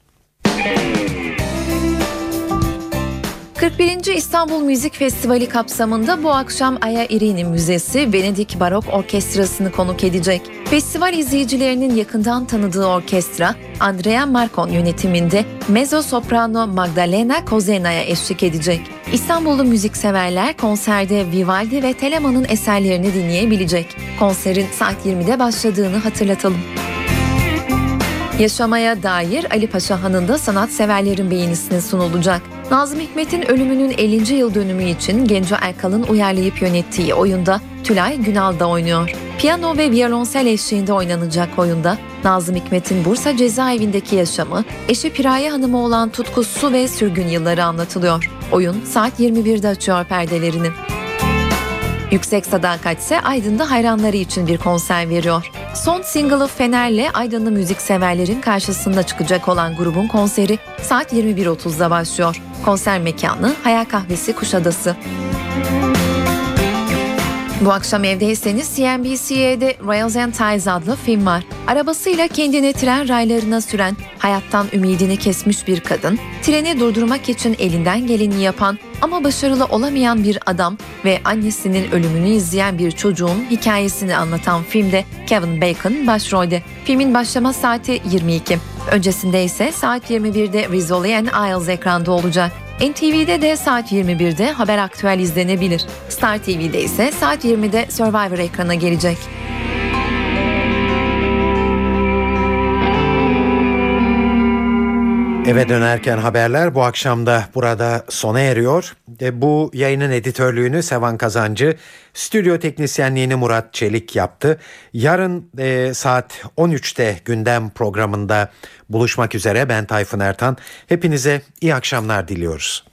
kırk birinci İstanbul Müzik Festivali kapsamında bu akşam Aya Irini Müzesi Venedik Barok Orkestrası'nı konuk edecek. Festival izleyicilerinin yakından tanıdığı orkestra, Andrea Marcon yönetiminde mezzo soprano Magdalena Kozena'ya eşlik edecek. İstanbullu müzikseverler konserde Vivaldi ve Telemann'ın eserlerini dinleyebilecek. Konserin saat yirmide başladığını hatırlatalım. Yaşamaya dair Ali Paşa Hanı'nda sanatseverlerin beğenisine sunulacak. Nazım Hikmet'in ölümünün ellinci yıl dönümü için Genco Erkal'ın uyarlayıp yönettiği oyunda Tülay Günal da oynuyor. Piyano ve violonsel eşliğinde oynanacak oyunda Nazım Hikmet'in Bursa cezaevindeki yaşamı, eşi Piraye Hanım'a olan tutkusu ve sürgün yılları anlatılıyor. Oyun saat yirmi birde açıyor perdelerini. Yüksek Sadakat ise Aydın'da hayranları için bir konser veriyor. Son single'ı Fener'le Aydınlı müzikseverlerin karşısında çıkacak olan grubun konseri saat yirmi bir otuzda başlıyor. Konser mekanı Hayal Kahvesi Kuşadası. Bu akşam evdeyseniz C N B C'de Rails and Ties adlı film var. Arabasıyla kendini tren raylarına süren, hayattan ümidini kesmiş bir kadın, treni durdurmak için elinden geleni yapan ama başarılı olamayan bir adam ve annesinin ölümünü izleyen bir çocuğun hikayesini anlatan filmde Kevin Bacon başrolde. Filmin başlama saati yirmi iki. Öncesinde ise saat yirmi birde Rizzoli and Isles ekranda olacak. N T V'de de saat yirmi birde Haber Aktüel izlenebilir. Star T V'de ise saat yirmide Survivor ekrana gelecek. Eve dönerken haberler bu akşam da burada sona eriyor. E, bu yayının editörlüğünü Sevan Kazancı, stüdyo teknisyenliğini Murat Çelik yaptı. Yarın e, saat on üçte gündem programında buluşmak üzere. Ben Tayfun Ertan. Hepinize iyi akşamlar diliyoruz.